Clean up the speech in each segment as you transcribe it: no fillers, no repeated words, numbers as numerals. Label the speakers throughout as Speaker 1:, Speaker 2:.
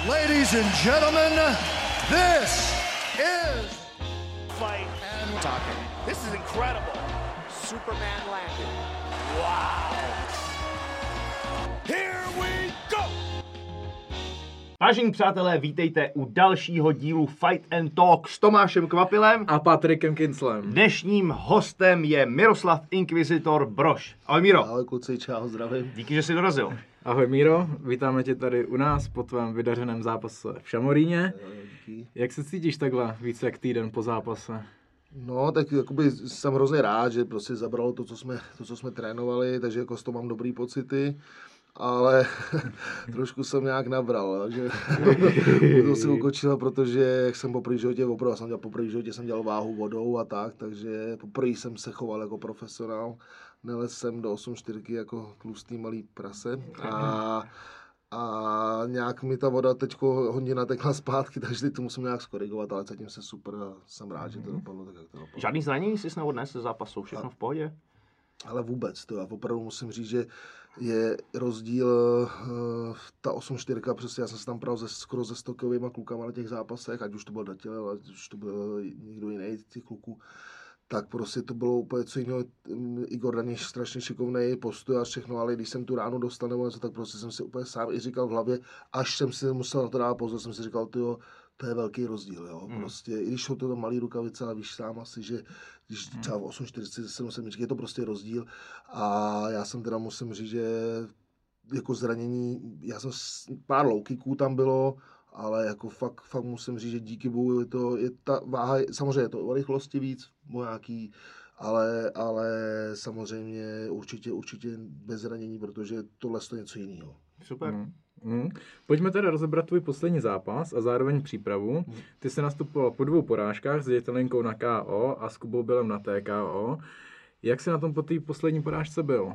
Speaker 1: Ladies and gentlemen, this is
Speaker 2: fight and talking. This is incredible. Superman landed. Wow. Here we go.
Speaker 3: Vážení přátelé, vítejte u dalšího dílu Fight and Talk s Tomášem Kvapilem
Speaker 4: a Patrikem Kinslem.
Speaker 3: Dnešním hostem je Miroslav Inkvizitor Brož. Ahoj Miro.
Speaker 5: Ahoj kluci, čau, zdravím.
Speaker 3: Díky, že jsi dorazil.
Speaker 4: Ahoj Míro, vítáme tě tady u nás po tvém vydařeném zápase v Šamoríně.
Speaker 5: Díky.
Speaker 4: Jak se cítíš takhle více jak týden po zápase?
Speaker 5: No, tak jakoby jsem hrozně rád, že prostě zabralo to, co jsme trénovali, takže jako z toho mám dobrý pocity. Ale trošku jsem nějak nabral, že to si ukočilo, protože jak jsem poprvé v životě jsem dělal váhu vodou a tak, takže poprvé jsem se choval jako profesionál. Nelez jsem do 8.4 jako tlustý malý prase a nějak mi ta voda teďko hodně natekla zpátky, takže teď to musím nějak skorigovat, ale zatím se super a jsem rád, že to dopadlo tak, jak to dopadlo.
Speaker 3: Žádný zranění jsi neodnesl ze zápasu, všechno v pohodě?
Speaker 5: Ale vůbec, to já opravdu musím říct, že je rozdíl ta 8.4, přesně já jsem se tam pral skoro se stokovýma klukama na těch zápasech, ať už to byl Datěle, ale ať už to byl někdo jiný těch kluků, tak prostě to bylo úplně co jiného. Igor Daniš strašně šikovnej, postoj a všechno, ale když jsem tu ránu dostal nebo něco, tak prostě jsem si úplně sám i říkal v hlavě, až jsem si musel na to dát pozor, jsem si říkal, tyjo, to je velký rozdíl, jo. Prostě, i když jsou to malý rukavice, ale víš sám asi, že když třeba v 8.47 jsem říkal, je to prostě rozdíl. A já jsem teda musím říct, že jako zranění, já jsem pár low kicků tam bylo, ale jako fakt musím říct, že díky bohu je ta váha, samozřejmě je to o rychlosti víc, nějaký, ale samozřejmě určitě bez zranění, protože tohle je něco jiného.
Speaker 3: Super.
Speaker 4: Pojďme teda rozebrat tvůj poslední zápas a zároveň přípravu. Ty jsi nastupoval po 2 porážkách s Dětelinkou na KO a s Kubou Bělem na TKO. Jak jsi na tom po té poslední porážce byl?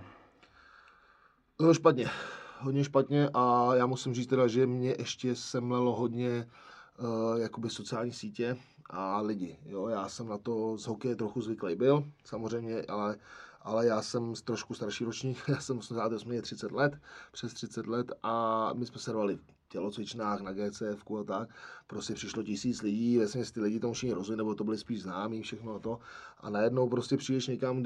Speaker 5: No hodně špatně a já musím říct teda, že mě ještě semlelo hodně jakoby sociální sítě a lidi. Jo? Já jsem na to z hokeje trochu zvyklý byl, samozřejmě, ale já jsem trošku starší ročník, já jsem 88, 30 let, přes 30 let a my jsme se rovali v tělocvičnách, na GCF a tak. Prostě přišlo 1000 lidí, vlastně ty lidi tomu všichni rozumí, nebo to byli spíš známí, všechno a to. A najednou prostě přijdeš někam,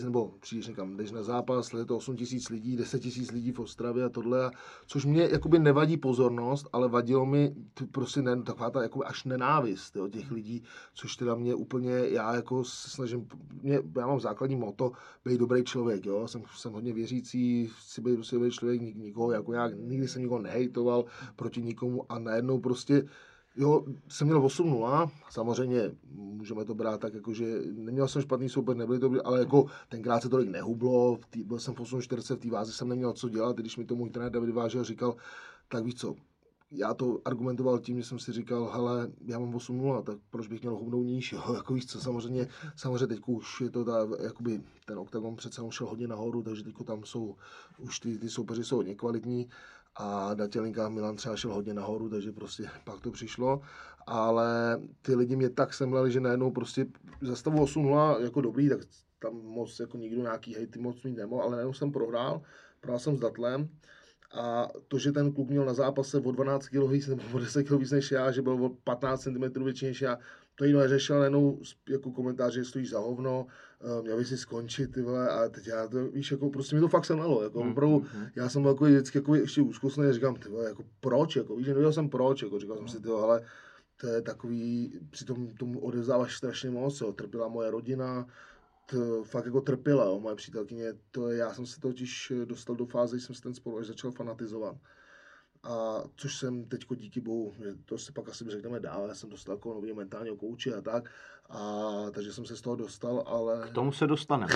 Speaker 5: jdeš na zápas, je to 8000 lidí, 10 000 lidí v Ostravě a tohle. Což mě jakoby nevadí pozornost, ale vadilo mi prostě taková ta jakoby až nenávist těch lidí, což teda mě úplně, já jako se snažím, já mám základní motto, být dobrý člověk, jo, jsem hodně věřící, chci být prostě dobrý člověk, nikoho, jako já nikdy jsem nikoho nehejtoval proti nikomu a najednou prostě, jo, jsem měl 8-0, samozřejmě můžeme to brát tak, jako, že neměl jsem špatný soupeř, nebyli to, ale jako tenkrát se tolik nehublo, byl jsem v 8.40, v té váze jsem neměl co dělat, když mi to můj trenér David vážil, říkal, tak víš co, já to argumentoval tím, že jsem si říkal, hele, já mám 8-0, tak proč bych měl hubnout níž, jo, jako víš co, samozřejmě teď už je to jakoby ten oktagon přece šel hodně nahoru, takže teď tam jsou, už ty soupeři jsou hodně kvalitní a Datělinka Milan třeba šel hodně nahoru, takže prostě pak to přišlo, ale ty lidi mě tak semleli, že najednou prostě za stavu 8-0 jako dobrý, tak tam moc jako nikdo nějaký hejty moc mít nemohl, ale najednou jsem prohrál jsem s Datlem. A to, že ten kluk měl na zápase o 12 kg víc nebo o 10 kg víc než já, že byl o 15 cm větší než já, to jinou neřešil, najednou jako komentář, že stojíš za hovno, měl by si skončit, ty vole, a teď já to, víš, jako prostě mi to fakt semlelo, jako opravdu, já jsem byl takový vždycky jako ještě úzkostný a říkám, ty vole, jako proč, jako víš, nevěděl jsem proč, jako říkal jsem si, ty vole, ale to je takový, přitom tomu odevzdáváš strašně moc, jo, trpěla moje rodina, fakt jako trpěla, jo, moje přítelkyně, já jsem se totiž dostal do fáze, kdy jsem se ten sport až začal fanatizovat. A což jsem teďko díky bohu, to si pak asi řekneme dál, já jsem dostal jako nový mentálního kouče a tak, takže jsem se z toho dostal, ale...
Speaker 3: K tomu se dostaneme.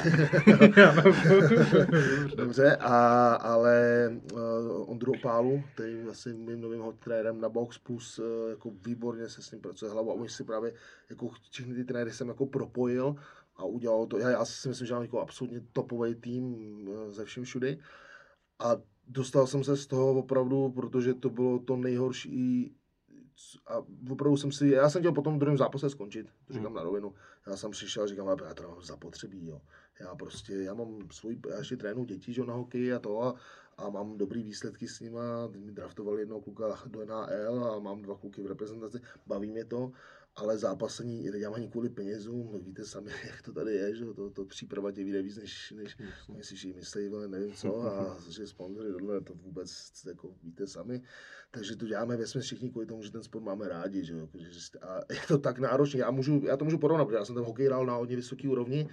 Speaker 5: Dobře, ale Ondru Opálu, který je asi mým novým trenérem na box, plus jako výborně se s ním pracuje hlavou a oni si právě jako všechny ty trenéry jsem jako propojil a udělal to. Já si myslím, že mám jako absolutně topový tým ze všem všudy a dostal jsem se z toho opravdu, protože to bylo to nejhorší, a opravdu já jsem chtěl po tom druhém zápase skončit, to říkám na rovinu. Já jsem přišel a říkám, já to mám zapotřebí, jo. Já mám já ještě trénu děti, že, na hokeji a mám dobrý výsledky s nima, mi draftovali jednoho kluka do NHL a mám 2 kluky v reprezentaci, baví mě to, ale zápasení nedělám ani kvůli penězům, no víte sami, jak to tady je, že to příprava tě vyjde víc, než si myslí, nevím co, a že sponzory tohle, to vůbec jako víte sami, takže to děláme vesměs všichni kvůli tomu, že ten sport máme rádi, že jo, a je to tak náročné, já to můžu porovnat, protože já jsem ten hokej hrál na hodně vysoké úrovni,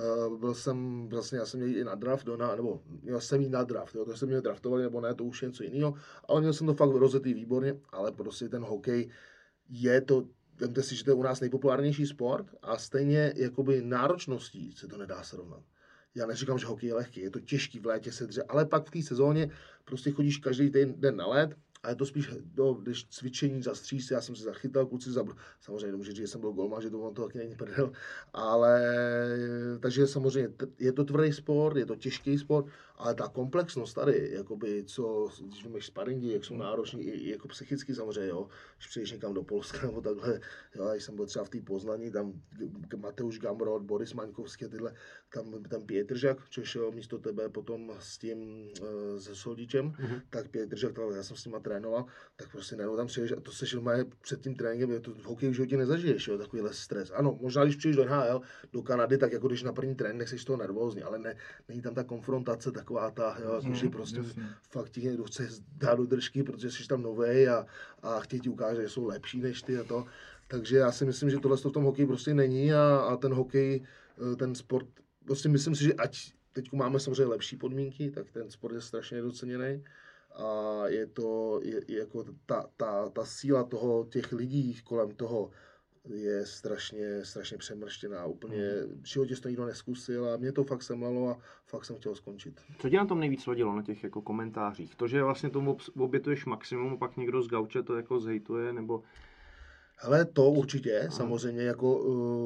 Speaker 5: já jsem měl i na draft, nebo měl jsem i na draft, jo, to jsem měl draftovali, nebo ne, to už je něco jiného, ale měl jsem to fakt rozjetý výborně, ale prostě ten hokej je to, vemte si, že to je u nás nejpopulárnější sport a stejně jakoby náročností se to nedá srovnat. Já neříkám, že hokej je lehký, je to těžký v létě se dře, ale pak v té sezóně prostě chodíš každý den na led a je to spíš, když cvičení, zastříš se, já jsem se zachytal, kluci samozřejmě nemůžu říct, že jsem byl golman, že to taky není prdel, ale takže samozřejmě je to tvrdý sport, je to těžký sport, ale ta komplexnost tady, jakoby, když vymeš sparingy, jak jsou nároční, i jako psychicky samozřejmě, jo, když přijdeš někam do Polska nebo takhle, jo, když jsem byl třeba v té Poznaní, tam Mateusz Gamrot, Boris Maňkovský a tyhle, tam Pětržák, což šel místo tebe potom s tím, se Soldičem, tak Pětržák, já jsem s nima trénoval, tak prostě najednou tam přijdeš a to seš před tím tréninkem, to v hokeji v životě nezažiješ, jo, takovýhle stres. Ano, možná když přijdeš do NHL, do Kanady, tak jako když na první trénink seš toho nervózní, ale není tam ta konfrontace taková ta, jo, že prostě fakt ti někdo chce dát do držky, protože jsi tam novej a chtějí ti ukázat, že jsou lepší než ty a to. Takže já si myslím, že tohle v tom hokeji prostě není a ten hokej, ten sport, prostě myslím si, že ať teď máme samozřejmě lepší podmínky, tak ten sport je strašně nedoceněný. A je to jako ta síla těch lidí kolem toho je strašně přemrštěná. Úplně v životě to nikdo neskusil a mě to fakt semlelo a fakt jsem chtěl skončit.
Speaker 3: Co tě na tom nejvíc vadilo na těch jako komentářích? To, že vlastně tomu obětuješ maximum a pak někdo z gauče to jako zhejtuje, nebo...
Speaker 5: Hele, to určitě, samozřejmě, jako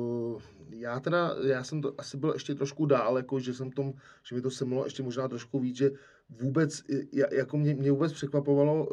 Speaker 5: já jsem to asi byl ještě trošku dál, jako že mi to semlo ještě možná trošku víc, že vůbec, jako mě vůbec překvapovalo,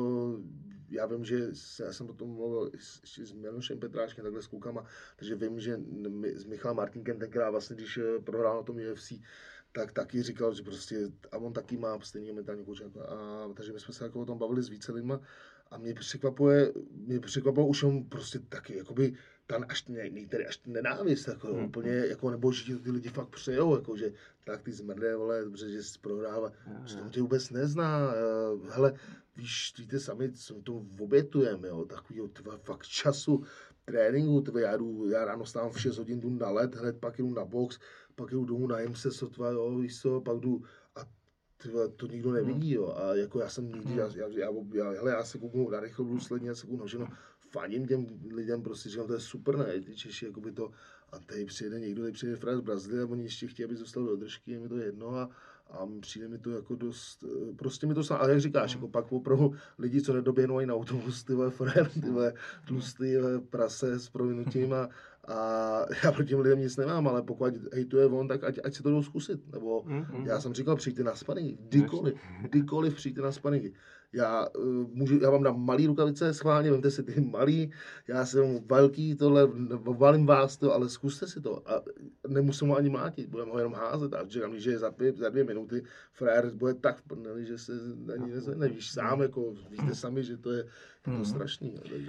Speaker 5: já vím, že já jsem potom mluvil ještě s Milošem Petráčkem, takhle s klukama, takže vím, že s Michalem Martinkem tenkrát vlastně, když prohrál na tom UFC, tak taky říkal, že prostě, a on taky má stejný mentální kouč, takže my jsme se jako o tom bavili s více lidma a mě překvapilo už on prostě taky, jakoby, až nenávist, jako, úplně, jako, nebo že ty lidi fakt přejou, jako, že tak ty zmrdé, vole, dobře, že jsi prohrál, že to tě vůbec nezná, hele, víte sami, co to obětujeme, jo, takovýho fakt času, tréninku, já ráno stávám v 6 hodin, jdu na led, hned pak jdu na box, pak jdu domů na MC, pak jdu a to nikdo nevidí, jo, a jako já jsem nikdy, já se kouknu na rychlobruslení, já se kouknu na všechno, fandím těm lidem, prostě říkám, to je super, ne, ty Češi, jakoby to, a tady přijede někdo, tady přijede Fred z Brazílie, a oni ještě chtějí, aby zůstal do držky, je mi to jedno a přijde mi to jako dost, prostě mi to ale jak říkáš, jako pak opravdu lidi, co nedoběhnou i na autobus, ty vole, Fred, ty vole, tlustý prase s provinutím a já proti těm lidem nic nemám, ale pokud hejtuje on, tak ať se to jdou zkusit, nebo já jsem říkal, přijďte na sparingy, kdykoliv přijďte na sparingy. Já vám dám malý rukavice schválně, vemte si ty malý, já jsem velký tohle, valím vás to, ale zkuste si to a nemusím ho ani mlátit, budeme ho jenom házet a říkám, že za 2 minuty frajer bude tak v prdeli, že se ani nevíš sám, jako víte sami, že to je to strašný. Takže.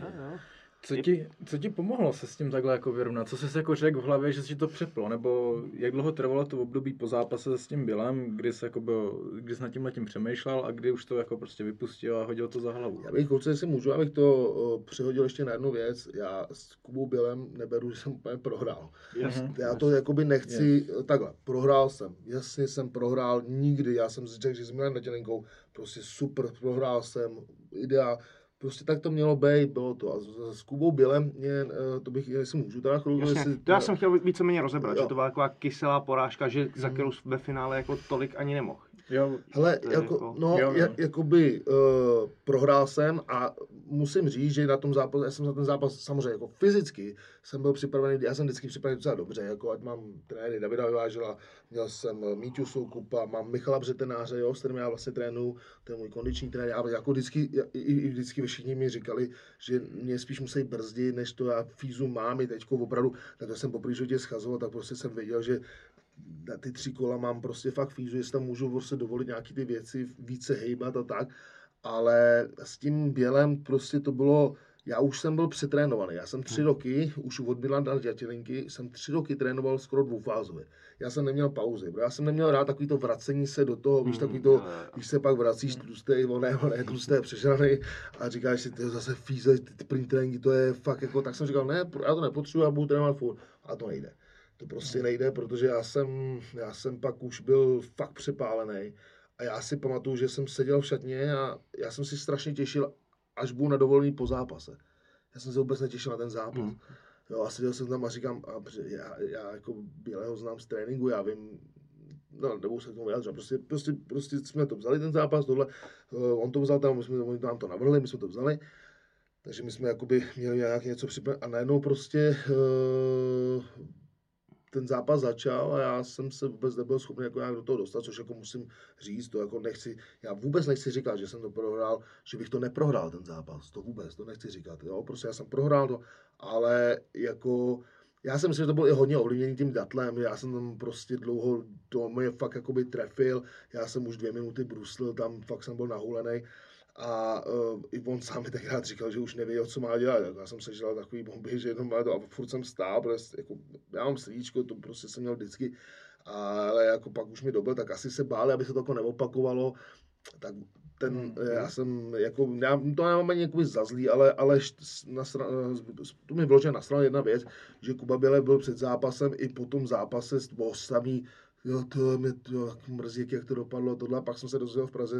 Speaker 4: Co ti pomohlo se s tím takhle jako vyrovnat? Co jsi jako řekl v hlavě, že si to přeplo? Nebo jak dlouho trvalo to období po zápase s tím Billem, kdy jsi nad tímhletím přemýšlel a kdy už to jako prostě vypustil a hodil to za hlavu?
Speaker 5: Já bych, kluci, jestli můžu, abych to přehodil ještě na jednu věc. Já s Kubou Billem neberu, že jsem úplně prohrál. Já to jakoby nechci, takhle, prohrál jsem. Jasně jsem prohrál nikdy. Já jsem řekl, že s Milanem Nedělenkou prostě super, prohrál jsem, ideál. Prostě tak to mělo být, bylo to. A s Kubou Billem, to bych, jestli můžu teda chvíli.
Speaker 3: To já jsem chtěl víceméně rozebrat, že to byla taková kyselá porážka, že za kterou ve finále jako tolik ani nemohl.
Speaker 5: Hele, jakoby prohrál jsem a musím říct, že na tom zápase, já jsem na ten zápas samozřejmě jako fyzicky jsem byl připravený, já jsem vždycky připravený docela dobře, jako ať mám trenéry Davida Vyvážela, měl jsem Míťu Soukupa, mám Michala Břetenáře, jo, s kterým já vlastně trénuju, to je můj kondiční trenér, já jako vždycky všichni mi říkali, že mě spíš musí brzdit, než to já fízu mám i teďko opravdu, tak to jsem poprvé životě schazoval, tak prostě jsem věděl, že na ty 3 kola mám prostě fakt fízu, jestli tam můžu prostě dovolit nějaký ty věci, více hejbat a tak, ale s tím Bělem prostě to bylo, já už jsem byl přetrénovaný, já jsem 3 roky, už od Milana Dětělinky, jsem 3 roky trénoval skoro dvoufázově. Já jsem neměl pauzy, já jsem neměl rád takový to vracení se do toho, víš, takový to, když se pak vracíš tlustej, on je tlusté, přežranej a říkáš si, ty zase fíze, ty první tréninky, to je fakt jako, tak jsem říkal, ne, já to nepotřebuji, já budu trénovat furt, a to nejde. To prostě nejde, protože já jsem pak už byl fakt přepálený. A já si pamatuju, že jsem seděl v šatně a já jsem si strašně těšil, až budu na dovolený po zápase. Já jsem se vůbec netěšil na ten zápas. Jo, a seděl jsem tam a říkám, já jako Bělého znám z tréninku, já vím, no, nebudu se k tomu vyjádřit, prostě jsme to vzali ten zápas, tohle, on to vzal tam, oni nám to navrhli, my jsme to vzali, takže my jsme jakoby měli nějak něco připravit a najednou prostě ten zápas začal a já jsem se vůbec nebyl schopný jako nějak do toho dostat, což jako musím říct, to jako nechci, já vůbec nechci říkat, že jsem to prohrál, že bych to neprohrál ten zápas, to vůbec, to nechci říkat, jo, prostě já jsem prohrál to, ale jako, já jsem si, že to bylo i hodně ovlivněný tím datlem, já jsem tam prostě dlouho, to mě fakt jakoby trefil, já jsem už 2 minuty bruslil, tam fakt jsem byl nahulenej. A i on sám mi tenkrát říkal, že už nevěděl, co má dělat. Já jsem sežral takový bomby, že jenom to a furt jsem stál, protože jako, já mám srdíčko, to prostě jsem měl vždycky, ale jako pak už mi dobil, tak asi se báli, aby se to jako neopakovalo. Tak já jsem, jako, já to nemám ani jakoby za zlý, ale tu mi vložila na stranu jedna věc, že Kuba Bělej byl před zápasem i po tom zápase samý, jo, to mě to mrzí, jak to dopadlo, tohle, a pak jsem se dozvěděl v Praze,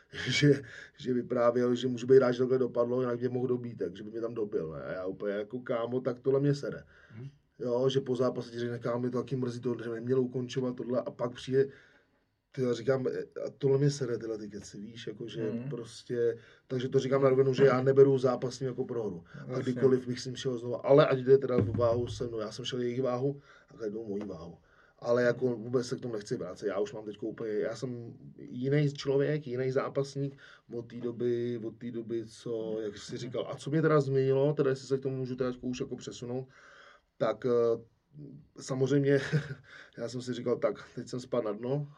Speaker 5: že vyprávěl, že můžu být rád, že tohle dopadlo, jinak mě mohl dobít, takže by mě tam dobil, ne? A já úplně jako kámo, tak tohle mě sere. Jo, že po zápase ti řekne, kámo, mě to taky mrzí, to, že nemělo ukončovat tohle, a pak přijde, já říkám, a tohle mě sere, tyhle ty keci, víš, jakože prostě, takže to říkám na rovinu, že já neberu zápas jako prohru. A kdykoliv bych s ním šel znovu, ale ať jde teda v váhu se mnou, já jsem šel jejich váhu, a jdou mojí váhu. Ale jako vůbec se k tomu nechci vrátit, já už mám teď úplně, já jsem jiný člověk, jiný zápasník od té doby, co, jak jsi říkal, a co mě teda změnilo, teda jestli se k tomu můžu teda už jako přesunout, tak samozřejmě, já jsem si říkal, tak teď jsem spadl na dno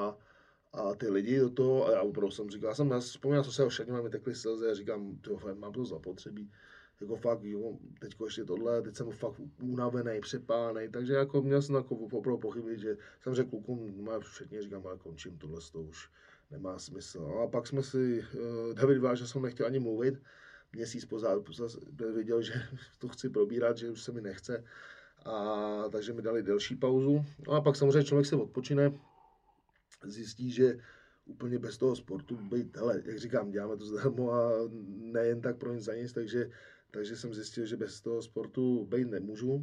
Speaker 5: a ty lidi do toho, a já opravdu jsem říkal, já vzpomněl jsem se o šatně, mi tekly slzy a říkám, mám to zapotřebí. Jako fakt, jo, teďko ještě tohle, teď jsem fakt unavený, přepálený, takže jako měl jsem jako opravdu pochybit, že jsem řekl klukům, má všetně, říkám, ale končím, tohle to už nemá smysl. No a pak jsme si, David Váš, že jsem nechtěl ani mluvit, měsíc pozad viděl, že to chci probírat, že už se mi nechce, a takže mi dali delší pauzu. No a pak samozřejmě člověk se odpočine, zjistí, že úplně bez toho sportu být, hele, jak říkám, děláme to zdarma a nejen tak pro nic za nic, takže jsem zjistil, že bez toho sportu být nemůžu.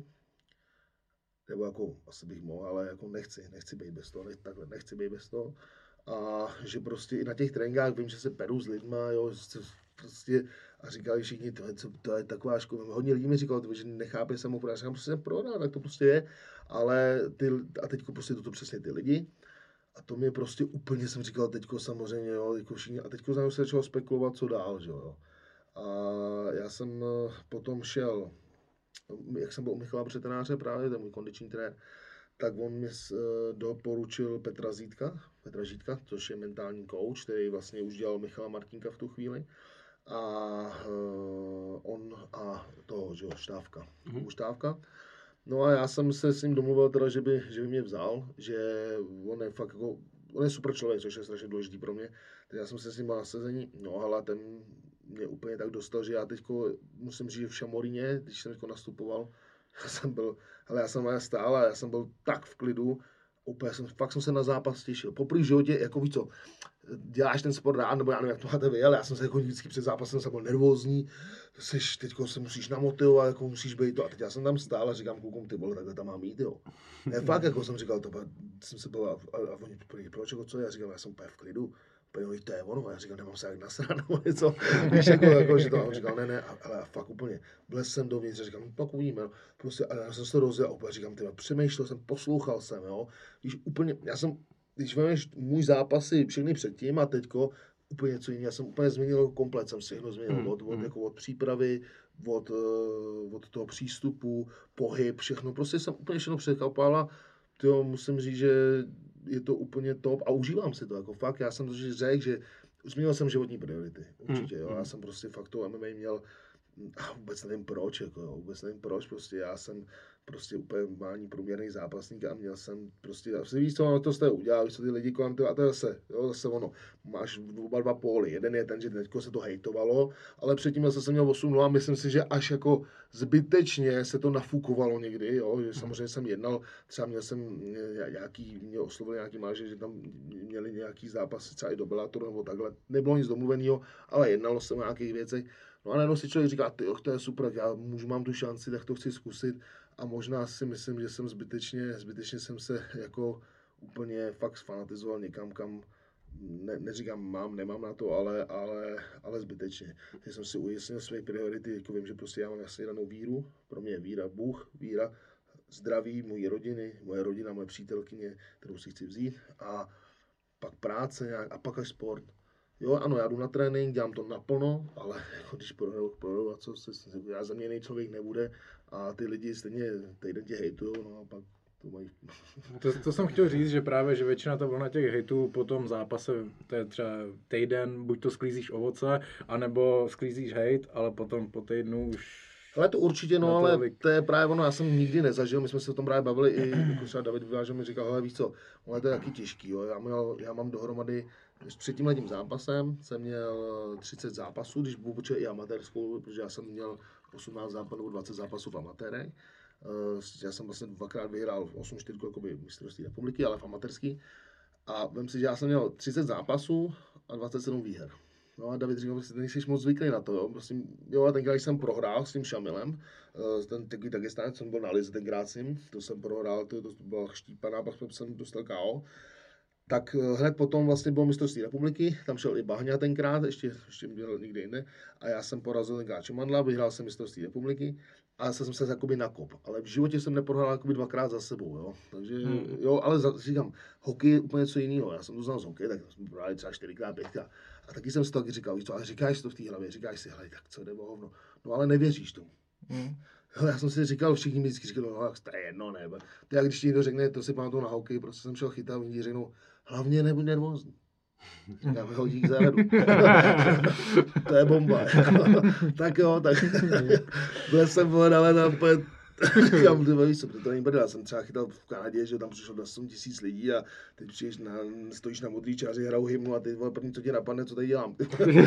Speaker 5: Nebo jako, asi bych mohl, ale jako nechci být bez toho, nechci být bez toho. A že prostě i na těch tréninkách vím, že se peru s lidma, jo, prostě, a říkali všichni, to je taková škoda. Hodně lidí mi říkalo, že nechápe samoporáž, já říkám, prostě jsem prohrál, tak to prostě je, ale a teďko prostě to přesně ty lidi. A to mě prostě úplně, jsem říkal, teďko samozřejmě, jo, jako všichni, a teďko znamená se začalo spekulovat, co dál, že jo. A já jsem potom šel, jak jsem byl u Michala Břetenáře právě, ten můj kondiční trenér, tak on mě doporučil Petra Žítka, což je mentální coach, který vlastně už dělal Michala Martinka v tu chvíli. A on a toho, že jo, Štávka. No a já jsem se s ním domluvil teda, že by mě vzal, že on je fakt jako, on je super člověk, což je strašně důležitý pro mě. Tak já jsem se s ním byl na sezení, no ale ten mě úplně tak dostal, že já teďko musím říct, v Šamoríně, když jsem teďko nastupoval, já jsem stál a já jsem byl tak v klidu, úplně fakt jsem se na zápas těšil. Poprvé v životě, jako víš co, děláš ten sport rád, nebo já nevím, jak to máte vy, ale já jsem se jako vždycky před zápasem jsem byl nervózní, teďko se musíš namotivovat, jako musíš být to. A teď já jsem tam stál a říkám klukům, ty vole, takhle tam mám jít, jo. Ne, fakt, jako jsem říkal, jsem se byl, a oni, proč, jako co? Já říkám, já jsem úplně v klidu, to je ono, já říkal, nemám se jak nasrat, nebo něco, víš, jako, že to, on říkal, ne, ale fakt úplně, byl jsem dovnitř, říkám, no, pak uvidíme, no, prostě, ale já jsem se to rozjel, úplně říkám, tyhle, přemýšlel jsem, poslouchal jsem, jo, víš, úplně, když vezmeš můj zápasy všechny předtím a teďko, úplně něco jiného, já jsem úplně změnil komplet, jsem všechno změnil, od přípravy, od toho přístupu, pohyb, všechno, prostě jsem úplně všechno překapal a musím říct, že je to úplně top a užívám si to, jako fakt, já jsem to řekl, že změnil jsem životní priority, určitě, jo, já jsem prostě fakt to MMA měl, a vůbec nevím proč, prostě já jsem prostě úplně normální průměrný zápasník a měl jsem prostě, asi víš, co to jste udělal, víš, co ty lidi kolem toho, a to je zase ono, máš oba dva póly, jeden je ten, že teďko se to hejtovalo, ale předtím zase jsem měl 8-0 a myslím si, že až jako zbytečně se to nafukovalo někdy, jo, že samozřejmě jsem jednal, třeba mě oslovil nějaký máže, že tam měli nějaký zápasy, třeba i do Bellatoru nebo takhle, nebylo nic domluveného, ale jednalo se o nějakých věcech. No a najednou si člověk říká, to je super, já mám tu šanci, tak to chci zkusit a možná si myslím, že jsem zbytečně jsem se jako úplně fakt sfanatizoval někam, kam neříkám nemám na to, ale zbytečně. Když jsem si ujasnil své priority, jako vím, že prostě já mám jasně danou víru, pro mě je víra Bůh, víra, zdraví, moje rodina, moje přítelkyně, kterou si chci vzít a pak práce nějak a pak až sport. Jo, ano, já jdu na trénink, dělám to naplno, ale jako když prohraju a co se, já za mě jiný člověk nebude a ty lidi stejně týden tě hejtujou, no a pak to mají.
Speaker 4: To jsem chtěl říct, že právě, že většina ta vlna těch hejtů po tom zápase, to je třeba týden, buď to sklízíš ovoce, anebo sklízíš hejt, ale potom po týdnu už...
Speaker 5: Ale to určitě, no, ale to je právě ono, já jsem nikdy nezažil, my jsme se o tom právě bavili i, jako třeba David Vyvážel mi říkal, hele víš co, ale to je taky těžký, jo, já mám dohromady, před tímhletím zápasem jsem měl 30 zápasů, když budu počítat i amatérskou, protože já jsem měl 18 zápasů nebo 20 zápasů v amatérech, já jsem vlastně dvakrát vyhrál 8-4 jakoby mistrovství republiky, ale v amatérský, a vem si, že já jsem měl 30 zápasů a 27 výher. No a David říkal, že nejsi moc zvyklý na to, jo. Prostě, jo, a tenkrát, když jsem prohrál s tím Šamilem, ten takový Dagestánec, jsem byl na lize tenkrát s ním, to jsem prohrál, to byla štípaná, pak jsem dostal KO. Tak hned potom vlastně bylo mistrovství republiky, tam šel i Bahňa tenkrát, ještě byl nikde jinde, a já jsem porazil tenkrát Čemandla, vyhrál jsem mistrovství republiky a jsem se jakoby nakop, ale v životě jsem neprohrál jakoby dvakrát za sebou, jo, takže jo, ale říkám, hokej je úplně něco jiného, já jsem to znal z hokej, tak jsme prohráli třeba 4x, 5x a taky jsem si to taky říkal, víš co, ale říkáš to v té hlavě, říkáš si, hele, tak co jde o hovno, no ale nevěříš tomu. Já jsem si říkal, všichni mi vždycky říkali, no to je jedno, ne, to jak když ti někdo řekne, to si pamatuju na hokej, prostě jsem šel chytat, oni řeknou, hlavně nebuď nervózní. Já mi hodík zádu. To je bomba. Tak jo, tak byl jsem ale tam říkám, ty víš co, to není brdel. Já jsem třeba chytal v Kanadě, že tam přišlo 8 000 lidí a teď stojíš na modrý čáři, hrajou hymnu a ty vole, první, co tě napadne, co tady dělám.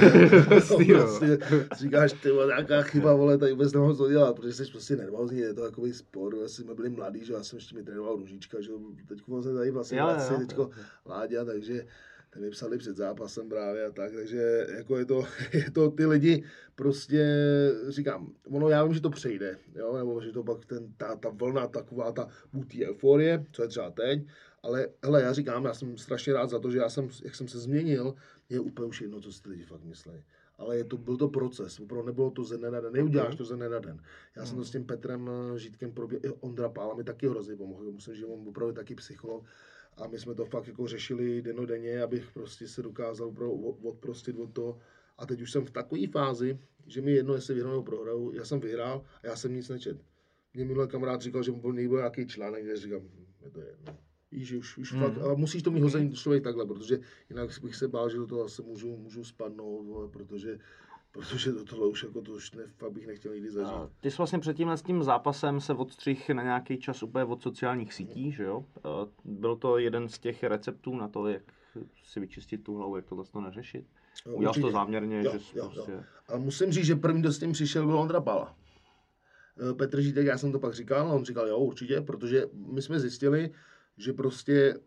Speaker 5: Prostě říkáš, ty vole, nějaká chyba, vole, tady vůbec nemohu co dělat, protože jsi prostě nervózní, je to takový sport, jsme byli mladí, že já jsem ještě mi trénoval Růžička, že teďko se tady vlastně vrací, teďko Láďa, takže ten mi psali před zápasem právě a tak, takže jako je to ty lidi prostě, říkám, ono já vím, že to přejde, jo, nebo že to pak ta vlna taková, ta buď euforie, co je třeba teď, ale hele, já říkám, já jsem strašně rád za to, že jak jsem se změnil, je úplně už jedno, co si ty lidi fakt myslí. Ale byl to proces, opravdu nebylo to ze dne na den, neuděláš to ze dne na den. Já jsem to s tím Petrem Žítkem proběhl, Ondra Pála mi taky hrozně pomohl, musím, že on opravdu taky psycholog. A my jsme to fakt jako řešili dennodenně, abych prostě se dokázal odprostit od toho. A teď už jsem v takové fázi, že mi jedno, jestli vyhraju nebo prohraju, já jsem vyhrál a já jsem nic nečet. Mě minulý kamarád říkal, že byl někdo nějaký článek, kde říkám, je to jedno. Víš, už fakt, ale musíš to mít hozený člověk takhle, protože jinak bych se bál, že do toho asi můžu spadnout, protože do toho už jako to už fakt bych nechtěl nikdy zažít.
Speaker 3: Ty jsi vlastně předtím s tím zápasem se odstřih na nějaký čas úplně od sociálních sítí, že jo? Byl to jeden z těch receptů na to, jak si vyčistit tu hlavu, jak tohle to neřešit? Udělal jsi to záměrně,
Speaker 5: jo,
Speaker 3: že prostě...
Speaker 5: Jo. A musím říct, že první, kdo s tím přišel, byl Ondra Pála. Petr Žítek, já jsem to pak říkal, a on říkal, jo, určitě, protože my jsme zjistili, že prostě,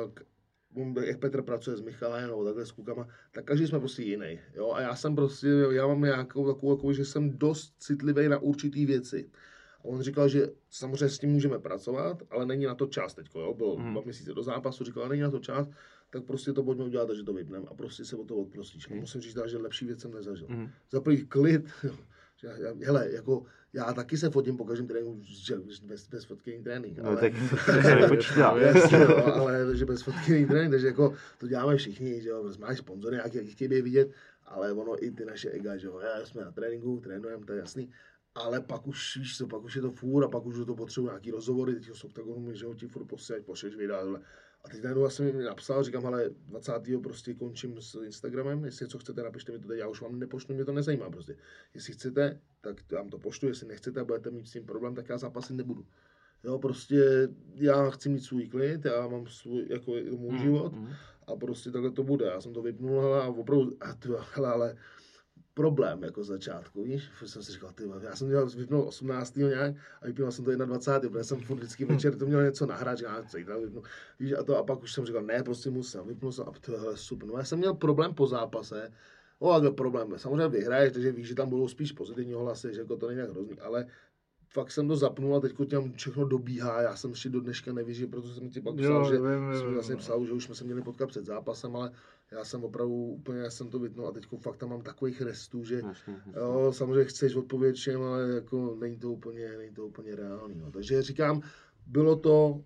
Speaker 5: jak Petr pracuje s Michalem nebo takhle s klukama, tak každý jsme prostě jiný. Jo? A já mám nějakou takovou, že jsem dost citlivý na určitý věci. A on říkal, že samozřejmě s tím můžeme pracovat, ale není na to čas teďko. Jo? Bylo 2 měsíce do zápasu, říkal, ale není na to čas. tak prostě to pojďme udělat, že to vypneme a prostě se o to odprostíš. Musím říct, že lepší věc jsem nezažil. Za první klid, hele, jako já taky se fotím po každém tréninku, bez fotky není trénink.
Speaker 3: No, tak se nepočítá.
Speaker 5: Ale že bez fotky není trénink, takže jako to děláme všichni, že jo, máš sponzory, nějaký chtějí vidět, ale ono i ty naše ega, že jo, jsme na tréninku, trénujeme, to je jasný. Ale pak už, víš co, pak už je to fůr a pak už to potřebuji nějaký rozhovory, teď z OKTAGONu, že ho ti furt pošleš videa, a teď najednou jsem mi napsal, říkám, ale 20. prostě končím s Instagramem, jestli něco chcete, napište mi to teď, já už vám nepošlu, mě to nezajímá prostě. Jestli chcete, tak vám to pošlu, jestli nechcete a budete mít s tím problém, tak já zápasit nebudu. Jo, prostě já chci mít svůj klid, já mám svůj, jako můj život a prostě takhle to bude. Já jsem to vypnul, hele, a opravdu, ale problém jako začátku, víš, jsem si říkal, já jsem měl vypnout 18. nějak a vypnul jsem to 21. protože jsem furt vždycky večer to měl něco nahrát, říkal, víš, a pak už jsem říkal, ne, prostě musím, vypnul jsem a tohle super. No já jsem měl problém po zápase, takhle problém, samozřejmě vyhraješ, takže víš, že tam budou spíš pozitivní hlasy, že jako to není tak hrozný, ale fakt jsem to zapnul a teďko tam všechno dobíhá, já jsem ještě do dneška nevěřil, protože jsem ti pak psal, jsem vlastně psal, že už jsme se měli potkat před zápasem, ale já jsem opravdu úplně, já jsem to vypnul a teďko fakt tam mám takových restů, že jo, samozřejmě chceš odpovědět všem, ale jako není to úplně reálný, no. Takže říkám, bylo to,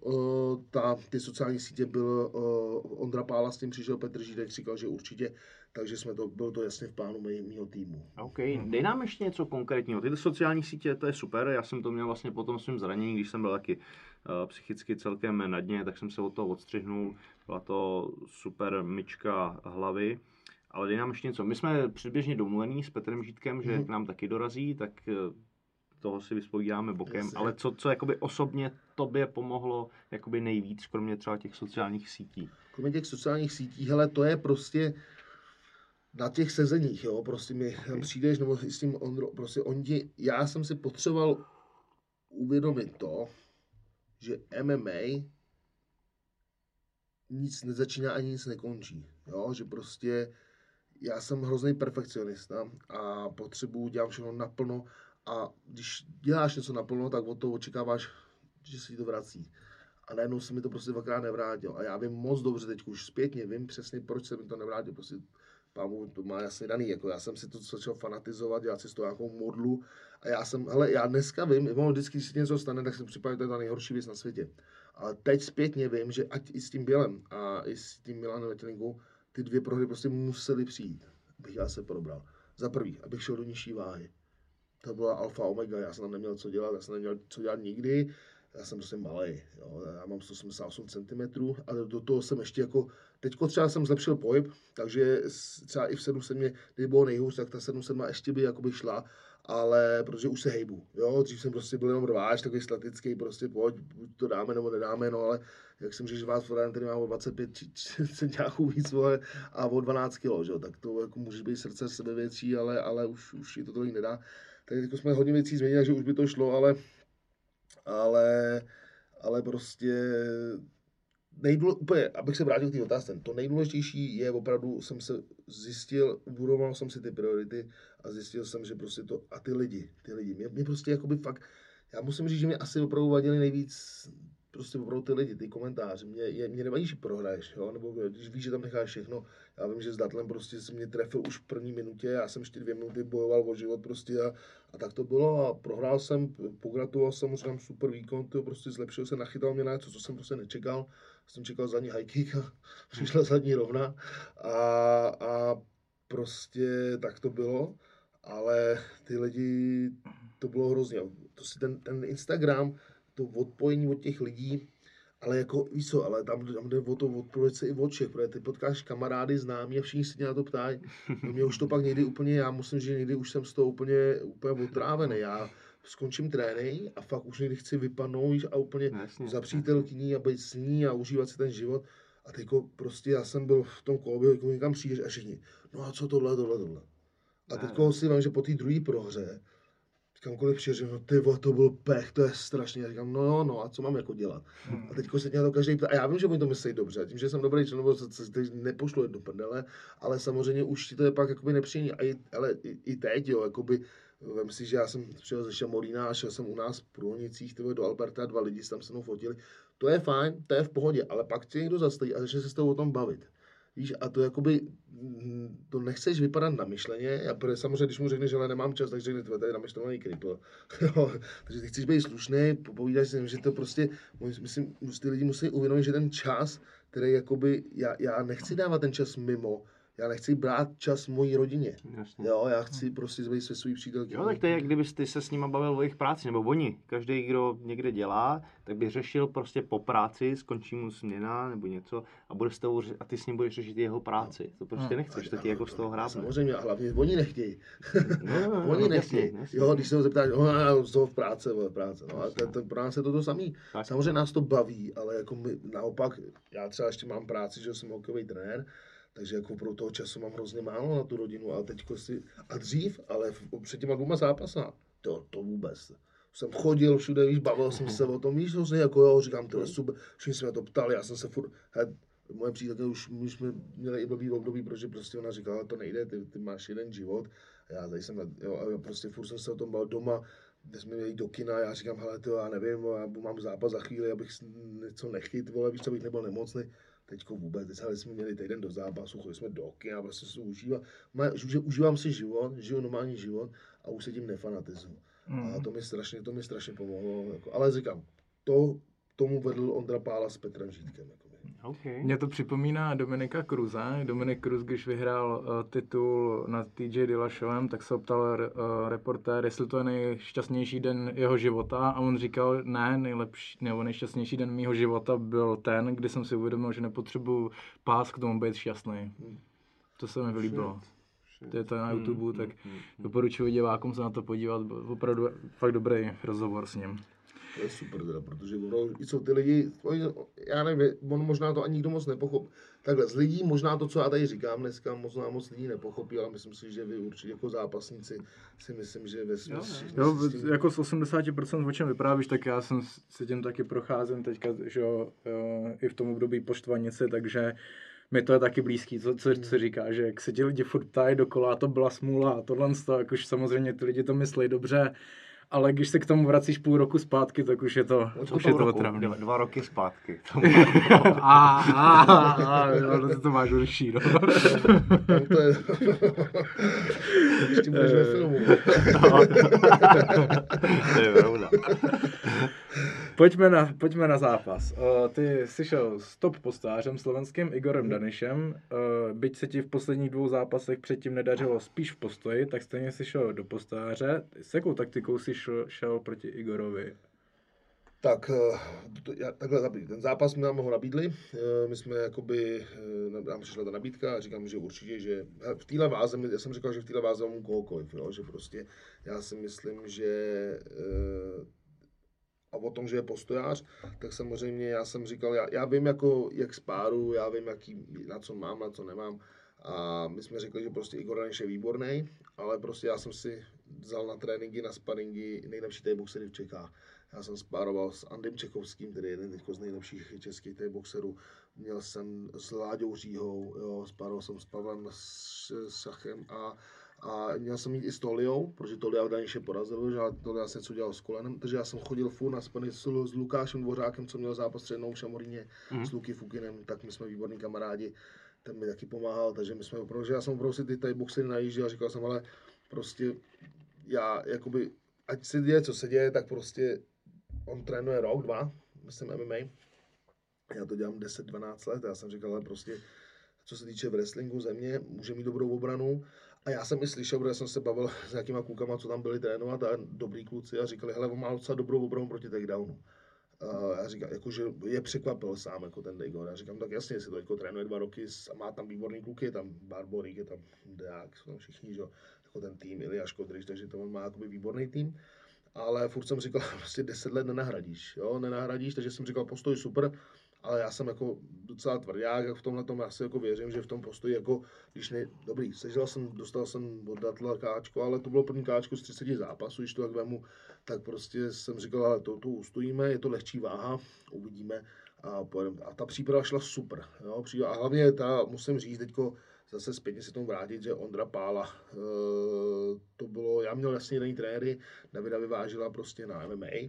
Speaker 5: ty sociální sítě byl Ondra Pála, s tím přišel Petr Žídek, říkal, že určitě, takže bylo to jasně v plánu mýho týmu.
Speaker 3: OK, dej nám ještě něco konkrétního. Ty sociální sítě, to je super, já jsem to měl vlastně po tom svým zranění, když jsem byl taky psychicky celkem na dně, tak jsem se od toho odstřihnul, byla to super myčka hlavy. Ale dej nám ještě něco. My jsme předběžně domluvení s Petrem Žítkem, že k nám taky dorazí, tak toho si vyspovídáme bokem, ale co jakoby osobně tobě pomohlo jakoby nejvíc, kromě třeba těch sociálních sítí?
Speaker 5: Kromě těch sociálních sítí, hele, to je prostě na těch sezeních, jo, prostě mi přijdeš, nebo s tím Ondro, prostě já jsem si potřeboval uvědomit to, že MMA nic nezačíná ani nic nekončí, jo, že prostě já jsem hrozný perfekcionista a dělám všechno naplno a když děláš něco naplno, tak od toho očekáváš, že se ti to vrací. A najednou se mi to prostě dvakrát nevrátilo. A já vím moc dobře, teď už zpětně vím přesně, proč se mi to nevrátilo. Prostě pámu to má jasně daný. Jako já jsem si to začal fanatizovat, dělat si z toho nějakou modlu. A já dneska vím, vždycky, když se něco stane, tak si připadá, že to je ta nejhorší věc na světě. Ale teď zpětně vím, že ať i s tím Bělem a i s tím Milanem Vetelinkou, ty dvě prohry prostě musely přijít, abych já se probral. Za prvý, abych šel do nižší váhy. To byla alfa omega, já jsem tam neměl co dělat, já jsem neměl co dělat nikdy, já jsem prostě malej, jo. Já mám 188 cm a do toho jsem ještě jako, teďko třeba jsem zlepšil pohyb, takže třeba i v 7-7, kdyby bylo nejhůř, tak ta 7-7 ještě by jakoby šla, ale protože už se hejbu, jo, dřív jsem prostě byl jenom rváč, takový statický, prostě pojď, buď to dáme nebo nedáme, no ale jak jsem řekl, že vás Florian tady má o 25 centiáků víc, vole, a o 12 kg, jo, tak to jako může být srdce sebevětší, ale už je to tolik nedá. Tak teď jsme hodně věcí změnili, takže už by to šlo, ale prostě úplně, abych se vrátil k té otázce, to nejdůležitější je opravdu, jsem se zjistil, budoval jsem si ty priority a zjistil jsem, že prostě to, a ty lidi, mě prostě jakoby fakt, já musím říct, že mě asi opravdu vadili nejvíc prostě opravdu ty lidi, ty komentáře, mě nevadí, že prohraješ, jo, nebo když víš, že tam necháš všechno, já vím, že s Datlem prostě se mě trefil už v první minutě, já jsem 4 minuty bojoval o život prostě a tak to bylo a prohrál jsem, pogratuloval jsem, říkám super výkon, to prostě zlepšil se, nachytal mě na něco, co jsem prostě nečekal, jsem čekal zadní high kick a přišla zadní rovna a prostě tak to bylo, ale ty lidi, to bylo hrozně, to si ten Instagram, to odpojení od těch lidí, ale jako, víš co, ale tam jde o to odpovědět se i od všech, protože ty potkáš kamarády, známí a všichni se tě na to ptají. No mě už to pak někdy úplně, já musím, že někdy už jsem z toho úplně otrávený. Já skončím trénink a fakt už někdy chci vypadnout a úplně za přítelkyní a být s ní a užívat si ten život. A teďko prostě já jsem byl v tom koloběhu, jako někam přijdeš a všichni, no a co tohle. A teďko si vím, že po té druhé prohře, kamkoliv přišel, no ty to byl pech, to je strašně. Já říkám, no a co mám jako dělat? A teďko se mě to každý ptá. A já vím, že oni to myslí dobře. Tím, že jsem dobrý člen, nebo se nepošlu do prdele, ale samozřejmě už ti to je pak jakoby nepříjemný. Ale i teď, jo, jakoby Vem si, že já jsem přijel ze Šamorína a šel jsem u nás v Průhonicích do Alberta, 2 lidi tam se mnou fotili. To je fajn, to je v pohodě, ale pak tě někdo zastaví a začne se s tebou o tom bavit. Víš, a to jakoby, to nechceš vypadat namyšleně, samozřejmě, když mu řekneš, že nemám čas, tak řekne, to je namyšlený kripl. Takže ty chceš být slušný, povídáš si, že to prostě, myslím, ty lidi musí uvědomit, že ten čas, který jakoby, já nechci dávat ten čas mimo, já nechci brát čas mojí rodině.
Speaker 3: Jasně.
Speaker 5: Jo, já chci prostě být se svou přítelkyní.
Speaker 3: Jo, tak to je, jak kdyby ty se s nima bavil o jejich práci, nebo oni. Každý, kdo někde dělá, tak by řešil prostě po práci, skončí mu směna nebo něco a bude s tebou, a ty s ním budeš řešit jeho práci. To prostě nechceš, to ti jako z toho hrábne.
Speaker 5: Samozřejmě, a hlavně oni nechtějí.
Speaker 3: No,
Speaker 5: Oni nechtějí.
Speaker 3: jasně.
Speaker 5: Jo, když se ho zeptáš, z toho v práce. No, a pro nás je to samý.
Speaker 3: Tak.
Speaker 5: Samozřejmě nás to baví, ale jako my, naopak, já třeba ještě mám práci, že jsem hokejový trenér, takže jako pro toho času mám hrozně málo na tu rodinu a teďko a dřív, ale před těma 2 zápasama, to vůbec. Jsem chodil všude, víš, bavil jsem se o tom, víš, to jako jo, říkám, to je super, všichni se mě to ptali, já jsem se furt, moje přítelkyně už jsme měli i blbý období, protože prostě ona říkala, to nejde, ty máš jeden život, a já tady jsem, jo, a prostě furt jsem se o tom bavil doma, kde jsme měli do kina, já říkám, hele, to já nevím, já mám zápas za chvíli, abych něco nechyt, vole, víš, abych nebyl nemocný. Teďko vůbec, teď jsme měli týden do zápasu, chodili jsme do kina, prostě se užívám si život, žiju normální život a už se tím nefanatizuju. A to mi strašně pomohlo, jako, ale říkám, tomu vedl Ondra Pála s Petrem Žítkem. Jako.
Speaker 3: Okay.
Speaker 4: Mě to připomíná Dominika Cruze. Dominik Cruz, když vyhrál titul na TJ Dillashavem, tak se optal reportér, jestli to je nejšťastnější den jeho života a on říkal, ne, nejšťastnější den mýho života byl ten, kdy jsem si uvědomil, že nepotřebuji pás k tomu být šťastný. To se mi vylíbilo. To je to na YouTube, tak doporučuji divákům se na to podívat, opravdu fakt dobrý rozhovor s ním.
Speaker 5: To je super teda, protože i co ty lidi, já nevím, on možná to ani nikdo moc nepochopí. Takhle, z lidí možná to, co já tady říkám dneska, moc lidí nepochopí, ale myslím si, že vy určitě jako zápasníci si myslím, že ve
Speaker 4: Jo, jako z 80%, o čem vyprávíš, tak já jsem se tím taky procházím teďka, že jo, i v tom období po štvanici, takže mi to je taky blízký, co říká, že jak se ti lidi furt ptají dokola, to byla smůla a tohle, jakož samozřejmě ty lidi to myslí dobře, ale když se k tomu vracíš půl roku zpátky, tak už je to otravné.
Speaker 3: 2 roky zpátky.
Speaker 4: To máš horší, no.
Speaker 5: To je... Ještě budeš ve filmu.
Speaker 3: To je pravda.
Speaker 4: Pojďme na zápas. Ty jsi šel s top postářem slovenským Igorem Danišem. Byť se ti v posledních 2 zápasech předtím nedařilo spíš v postoji, tak stejně jsi šel do postáře. S jakou taktikou jsi šel proti Igorovi?
Speaker 5: Tak, takhle, ten zápas nám ho nabídli, my jsme jakoby, nám přišla ta nabídka a říkám, že určitě, že v téhle váze, já jsem říkal, že v téhle váze mám kohokoliv, jo, že prostě já si myslím, že a o tom, že je postojář, tak samozřejmě já jsem říkal, já vím jako, jak spáru, já vím, na co mám, na co nemám. A my jsme řekli, že prostě Igor Daniš je výborný, ale prostě já jsem si vzal na tréninky, na sparingy nejlepší boxery v Čechách. Já jsem spároval s Andym Čechovským, který je jeden z nejlepších českých boxerů. Měl jsem s Láďou Říhou, jo, spároval jsem s Pavlem Sachem a měl jsem jít i s Toliou, protože Tolia Daniše porazil, že Tolia se něco dělal s kolenem, takže já jsem chodil furt na sparingy s Lukášem Dvořákem, co měl zápas před mnou v Šamoríně, s Luky Fukinem, tak my jsme výborní kamarádi. Ten mi taky pomáhal, takže my jsme opravdu, že já jsem opravdu si ty boxery najížděl a říkal jsem, ale prostě já jakoby, ať se děje, co se děje, tak prostě on trénuje rok, 2, myslím MMA, já to dělám 10-12 let, já jsem říkal, ale prostě, co se týče wrestlingu země, může mít dobrou obranu a já jsem i slyšel, protože jsem se bavil s nějakýma klukama, co tam byli trénovat a dobrý kluci a říkali, hele, on má docela dobrou obranu proti takedownu. Já říkám, jakože je překvapil sám jako ten Igor. Já říkám, tak jasně, jestli to jako trénuje 2 roky a má tam výborný kluky, je tam Barborík, je tam Deák, jsou tam všichni, že? Jako ten tým, Ilja Škodryš, takže to on má jakoby výborný tým. Ale furt jsem říkal, prostě 10 let nenahradíš, takže jsem říkal, postoj super, ale já jsem jako docela tvrdák v tomhle tom, já si jako věřím, že v tom postoji jako, dobrý, dostal jsem od Datla káčko, ale to bylo první káčko z 30 zápasů, když to tak vemu, tak prostě jsem říkal, ale to ustojíme, je to lehčí váha, uvidíme a pojedeme. A ta příprava šla super, jo, a hlavně musím říct teďko, zase zpětně se tomu vrátit, že Ondra Pála, to bylo, já měl jasně jiný trenéry, Davida Vyvážila prostě na MMA,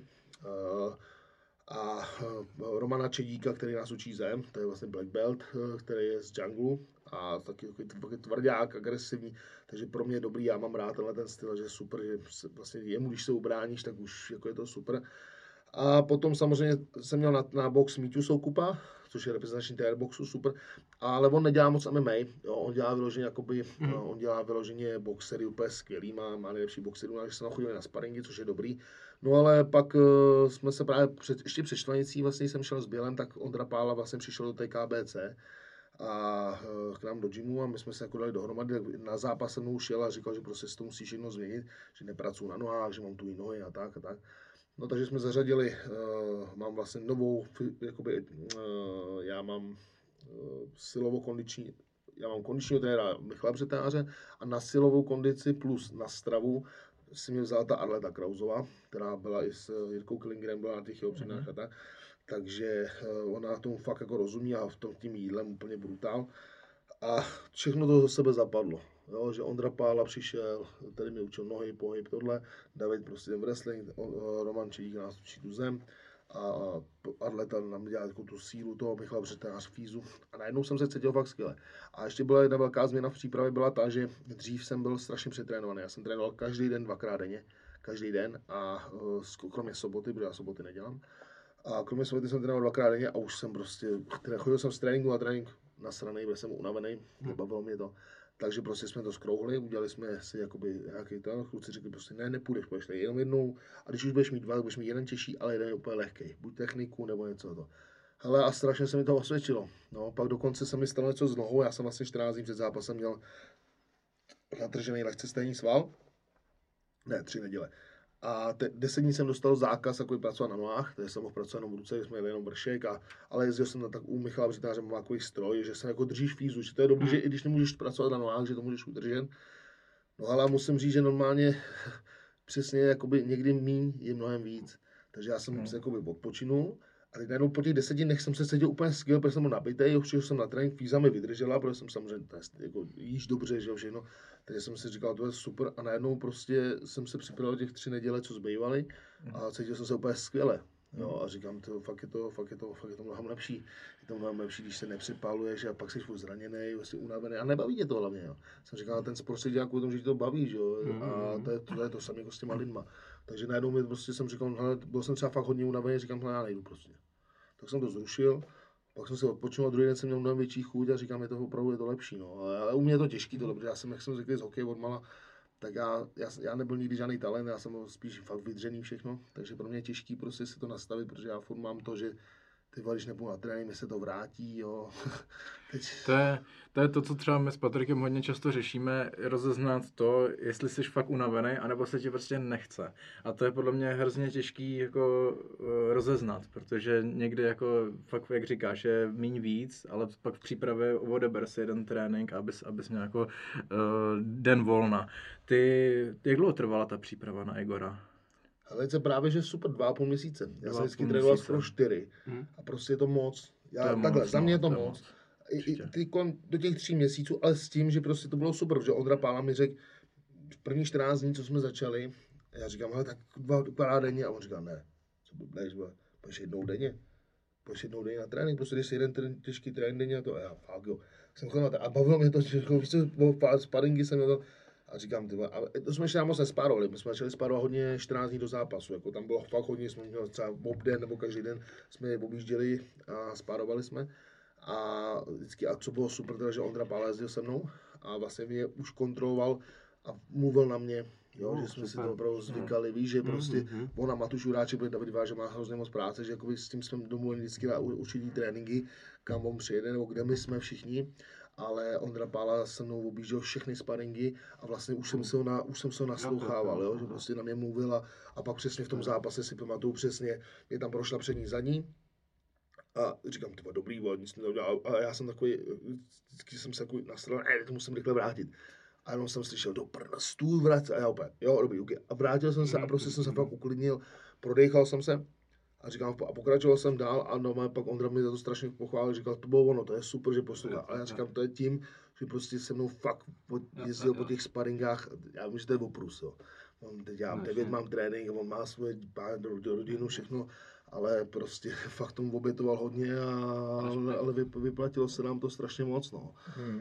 Speaker 5: a Romana Čedíka, který nás učí zem, to je vlastně black belt, který je z jungle a taky tvrdák, agresivní, takže pro mě je dobrý, já mám rád ten styl, že je super, že vlastně jemu, když se ubráníš, tak už jako je to super. A potom samozřejmě jsem měl na box Míťu Soukupa, což je reprezentační trenér boxu, super, ale on nedělá moc MMA, jo, on dělá vyloženě jakoby, on dělá vyloženě boxery úplně skvělý, má nejlepší boxery, takže jsme chodili na sparingy, což je dobrý. No ale pak jsme se právě ještě před Štvanicí vlastně jsem šel s Bělem, tak Ondra Pála vlastně přišel do té KBC a k nám do gymu a my jsme se jako dali dohromady, na zápas jsem už šel a říkal, že prostě si to musí všechno změnit, že nepracuji na nohách, že mám tu nohy a tak. No takže jsme zařadili, mám vlastně novou, jakoby, já mám silovou kondiční, já mám kondičního trenéra Michala Břetáře a na silovou kondici plus na stravu si mě vzala ta Arleta Krauzová, která byla i s Jirkou Klingerem, byla na těch jeho přednáškách a tak. Takže ona tomu fakt jako rozumí a v tom tím jídlem úplně brutál. A všechno to do sebe zapadlo. Jo, že Ondra Pála přišel, tady mě učil nohy, pohyb, tohle, David prostě ten wrestling, Roman Čedík nás učí tu zem a Arleta nám dělá jako tu sílu toho Michala Břetář fízu a najednou jsem se cítil fakt skvěle. A ještě byla jedna velká změna v přípravě, byla ta, že dřív jsem byl strašně přetrénovaný, já jsem trénoval každý den, 2krát denně, každý den a kromě soboty, protože já soboty nedělám. A kromě soboty jsem trénoval 2krát denně a už jsem prostě, chodil jsem z tréninku na trénink nasranej, byl jsem unavený, nebavilo mě to. Takže prostě jsme to skrouhli, udělali jsme si jakoby nějaký ten, kluci řekli prostě nepůjdeš, půjdeš tady jenom jednou a když už budeš mít dva, tak budeš mít jeden těžší, ale jeden je úplně lehkej, buď techniku nebo něco to. Hele a strašně se mi to osvědčilo, no pak dokonce se mi stalo něco s nohou, já jsem vlastně 14 dní před zápasem měl natržený lehce stejný sval, ne 3 neděle. A 10 dní jsem dostal zákaz jako pracovat na nohách, takže jsem mohl pracovat jenom v ruce, kde jsme jeli jenom vršek, ale jezdil jsem tak u Michala Břetáře, mám takový stroj, že se jako držíš fízu, že to je dobré, že i když nemůžeš pracovat na nohách, že to můžeš udržet. No ale musím říct, že normálně přesně jakoby někdy míň je mnohem víc, takže já jsem se jakoby odpočinul. A teď najednou po těch 10 dnech jsem se cítil úplně skvěle, protože jsem byl nabitej, přišel jsem na trénink, fíza mi vydržela, protože jsem samozřejmě jako, jíš dobře, že jo, všechno. Takže jsem si říkal, to je super a najednou prostě jsem se připravil těch 3 neděle, co zbývaly a cítil jsem se úplně skvěle. Jo, a říkám, fakt je to mnohem lepší. Je to mnohem lepší, když se nepřipáluješ a pak jsi furt zraněný, jsi unavený a nebaví tě to hlavně. Jo. Jsem říkal, ten sport se dělá kvůli tomu, že tě to baví, že jo, a to je to samé jako s těma lidma. Takže najednou mi prostě jsem říkal, hele, byl jsem třeba fakt hodně unavený, říkám, hele, já nejdu prostě. Tak jsem to zrušil, pak jsem se odpočinul a druhý den jsem měl mnohem větší chuť a říkám, je to opravdu je to lepší. No. Ale u mě je to těžký, to dobře, já jsem, jak jsem řekl, z hokeje odmala, tak já nebyl nikdy žádný talent, já jsem spíš fakt vydřený všechno, takže pro mě je těžký prostě si to nastavit, protože já furt mám to, že ty když nepůjdu na trénink, mi se to vrátí, jo. Teď...
Speaker 4: To je to, co třeba my s Patrikem hodně často řešíme, rozeznat to, jestli jsi fakt unavený, anebo se ti prostě nechce. A to je podle mě hrozně těžký jako rozeznat, protože někdy jako fakt, jak říkáš, je míň víc, ale pak v přípravě odeber si jeden trénink, abys měl jako den volna. Jak dlouho trvala ta příprava na Igora?
Speaker 5: Ale je právě, že super, 2,5 měsíce. Já jsem vždycky trénoval skoro 4. A prostě je to moc. Za mě je to moc. Ty do těch 3 měsíců, ale s tím, že prostě to bylo super, protože Ondra Pála mi řekl, první 14 dní, co jsme začali, a já říkám, hele, tak 2 denně, a on říká, ne, co blbneš, půjdeš jednou denně na trénink, prostě když si jeden těžký trénink denně, a to, a já fakt jo. Jsem chodil a bavilo mě to, že víš co, sparingy jsem měl to, a říkám, a to jsme ještě moc nespárovali, my jsme začali spárovat hodně 14 dní do zápasu, jako tam bylo fakt hodně, jsme měli třeba obden nebo každý den jsme je objížděli a spárovali jsme. A vždycky, a co bylo super, teda, že Ondra Pála jezdil se mnou a vlastně mě už kontroloval a mluvil na mě, jo, že jsme si to opravdu zvykali, víš, že prostě on a Matuš Juráček, protože David Váža má hrozně moc práce, že jakoby s tím jsme domluvili vždycky na určitý tréninky, kam on přijede, nebo kde my jsme všichni, ale Ondra Pála se mnou objížděl všechny sparingy a vlastně už jsem se ho naslouchával, jo, že prostě na mě mluvil a pak přesně v tom zápase si pamatuju přesně, mě tam prošla přední zadní. A říkám, to bylo dobrý, nic neudělal. A já jsem takový, vždycky jsem se takový nasral, to musím rychle vrátit. A jenom jsem slyšel, do prna, stůl vrát a já opět, jo, dobrý, okay. A vrátil jsem se a prostě jsem se fakt uklidnil, prodejchal jsem se A říkám, a pokračoval jsem dál a no, pak Ondra mi za to strašně pochválil, říkal, to bylo ono, to je super, že poslouchá. A já říkám, to je tím, že prostě se mnou fakt jezdil po těch sparingách, já vím, že to je oprus, jo. Teď já 9 mám trénink, on má svoje rodinu, všechno, ale prostě fakt tomu obětoval hodně, ale vyplatilo se nám to strašně moc, no.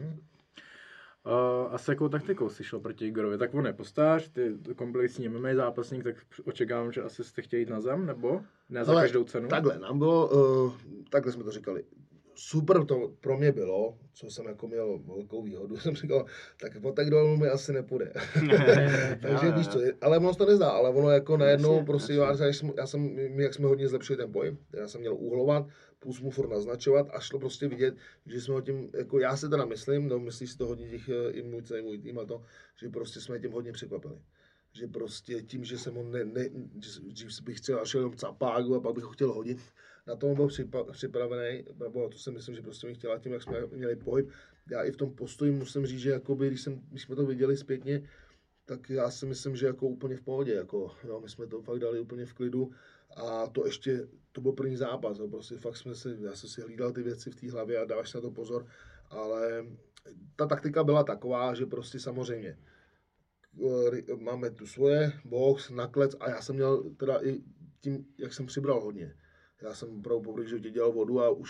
Speaker 4: A s jakou taktikou jsi šel proti Igorovi? Tak on je postář, ty komplexní MMA zápasník, tak očekávám, že asi jste chtěli jít na zem, nebo ne za každou cenu?
Speaker 5: Takhle, nám bylo, takhle jsme to říkali. Super to pro mě bylo, co jsem jako měl velkou výhodu, jsem říkal, tak po tak dolů mi asi nepůjde. Takže víš co, ale ono to nezdá, ale ono jako najednou, prostě, jak jsme hodně zlepšili ten boj, já jsem měl úhlovat, plus mu furt naznačovat a šlo prostě vidět, že jsme ho tím, jako já si teda myslím, no myslí si to hodně těch, i můj tým a to, že prostě jsme tím hodně překvapili. Že prostě tím, že jsem ho že bych chtěl šel jenom capágu a pak bych ho chtěl hodit, na tom byl připravený, nebo to si myslím, že prostě mi chtěla tím, jak jsme měli pohyb. Já i v tom postoji musím říct, že jakoby, když jsme to viděli zpětně, tak já si myslím, že jako úplně v pohodě, jako, jo, my jsme to fakt dali úplně v klidu a to byl první zápas, jo, prostě fakt já jsem si hlídal ty věci v té hlavě a dáváš si na to pozor, ale ta taktika byla taková, že prostě samozřejmě máme tu svoje, box, naklec a já jsem měl teda i tím, jak jsem přibral hodně. Já jsem opravdu po životě dělal vodu a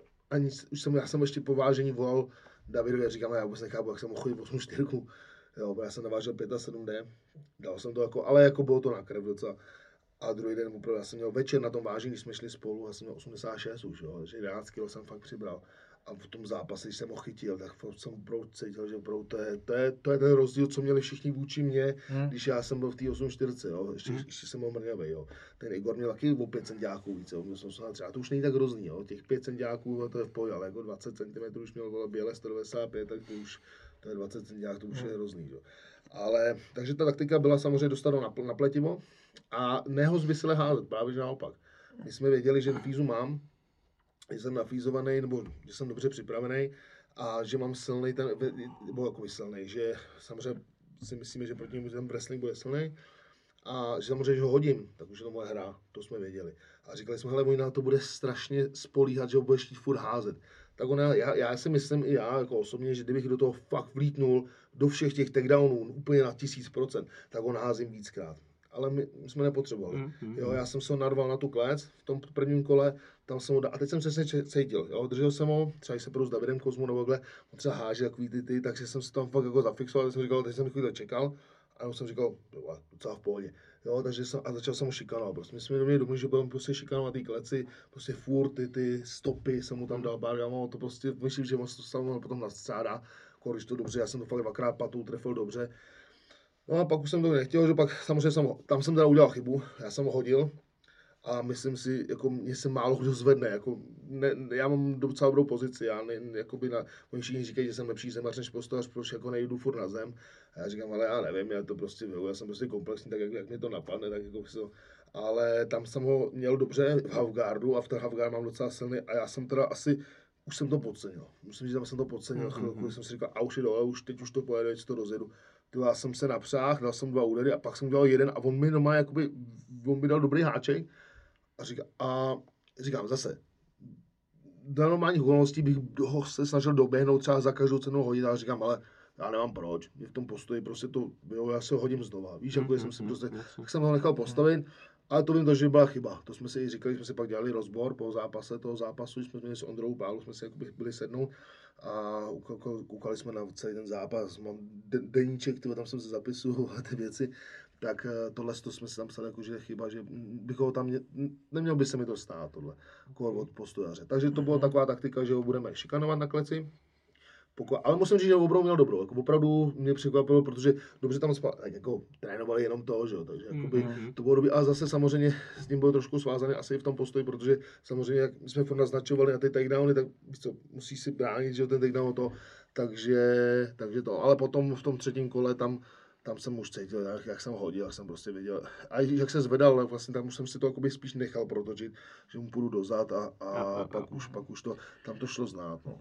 Speaker 5: já jsem ještě po vážení volal Davidovi a říkám, já vůbec nechápu, jak jsem mohl chodit 8-4. Jo, já jsem navážel 5-7D, dal jsem to jako, ale jako bylo to na krev docela. A druhý den opravdu, já jsem měl večer na tom vážení, když jsme šli spolu, já jsem měl 86 už, jo, takže 11 kg jsem fakt přibral. A v tom zápase, když jsem ho chytil, tak jsem opravdu cítil, že opravdu to je ten rozdíl, co měli všichni vůči mě, když já jsem byl v té 8-4, jo, ještě jsem byl mrňavej, jo. Ten Igor měl taky o 5 centiáků více, a to už není tak hrozný, jo, těch 5 centiáků, to je v pohodě, ale jako 20 cm už měl běle 195, tak to je 20 centiáků, to už je hrozný, jo. Ale, takže ta taktika byla samozřejmě dostat na pletivo a neho zvisile házet, právě že naopak. My jsme věděli, že fízu mám, že jsem nafízovaný, nebo že jsem dobře připravený a že mám silný nebo jako silný, že samozřejmě si myslíme, že proti němu ten wrestling bude silný a že samozřejmě, že ho hodím, tak už je to moje hra, to jsme věděli. A říkali jsme, hele, možná to bude strašně spolíhat, že ho budeš chtít furt házet. Tak já si myslím i já jako osobně, že kdybych do toho fakt vlítnul do všech těch takedownů úplně na 1000%, tak ho naházím víckrát. Ale my jsme nepotřebovali. Jo, já jsem se ho narval na tu klec v tom prvním kole, tam jsem ho a teď jsem se cítil, jo, držel jsem ho, třeba se půjdu s Davidem Kozmou nebo takhle, on třeba háže takový ty, takže jsem se tam fakt jako zafixoval, jsem říkal, teď jsem chvíli čekal a jenom jsem říkal, docela v pohodě. Jo, takže začal jsem ho šikanovat, prostě my jsme měli domů, že budeme prostě šikanovat ty kleci, prostě furt ty stopy jsem mu tam dal pár gramů, to prostě myslím, že se to stalo potom nastřádá, když to dobře, já jsem to fakt dvakrát patou trefil dobře. No a pak už jsem to nechtěl, že pak samozřejmě tam jsem teda udělal chybu, já jsem ho hodil a myslím si, jako mě se málo kdo zvedne, jako já mám docela dobrou pozici, oni všichni říkají, že jsem lepší zemař než postař, proč jako nejdu furt na zem. A já říkám, ale já nevím, já to prostě já jsem prostě komplexní, tak jak mě to napadne, tak jako ale tam jsem ho měl dobře v halfguardu a v ten halfguard mám docela silný a já jsem teda už jsem to podcenil. Musím říct, že jsem to podcenil chvilku, jsem si říkal, a už je dole, teď už to pojede, teď to rozjedu. Já jsem se napřáhl, dal jsem 2 údery a pak jsem udělal jeden a on mi dal dobrý háček a říkám zase, na normálních okolností bych ho se snažil doběhnout třeba za každou cenu hodit, ale říkám, ale já nemám proč, v tom postoji prostě to, jo, já se ho hodím znova, víš, jako jsem si prostě, tak jsem ho nechal postavit, ale to vím, že byla chyba, to jsme si i říkali, jsme si pak dělali rozbor po toho zápasu, jsme měli s Ondrou Pálu, jsme si jako byli sednout a koukali jsme na celý ten zápas, mám deníček, tam jsem se zapisuju ty věci, tak tohle jsme si tam psali, jako, že je chyba, že bych ho tam nemělo by se mi to stát, tohle, od postojaře. Takže to byla taková taktika, že ho budeme šikanovat na kleci. Ale musím říct, že opravdu měl dobrou, jako opravdu mě překvapilo, protože dobře tam jako trénovali jenom to, že jo, takže jakoby, to bylo dobrý, ale zase samozřejmě s tím bylo trošku svázané asi i v tom postoji, protože samozřejmě jak jsme furt naznačovali na ty takedowny, tak musí si bránit, že jo, ten takedown to, takže to, ale potom v tom třetím kole tam jsem už cítil, jak jsem hodil, jak jsem prostě viděl. A jak se zvedal, vlastně tam už jsem si to jakoby spíš nechal protočit, že mu půjdu dozad a pak už to, tam to šlo znát. No.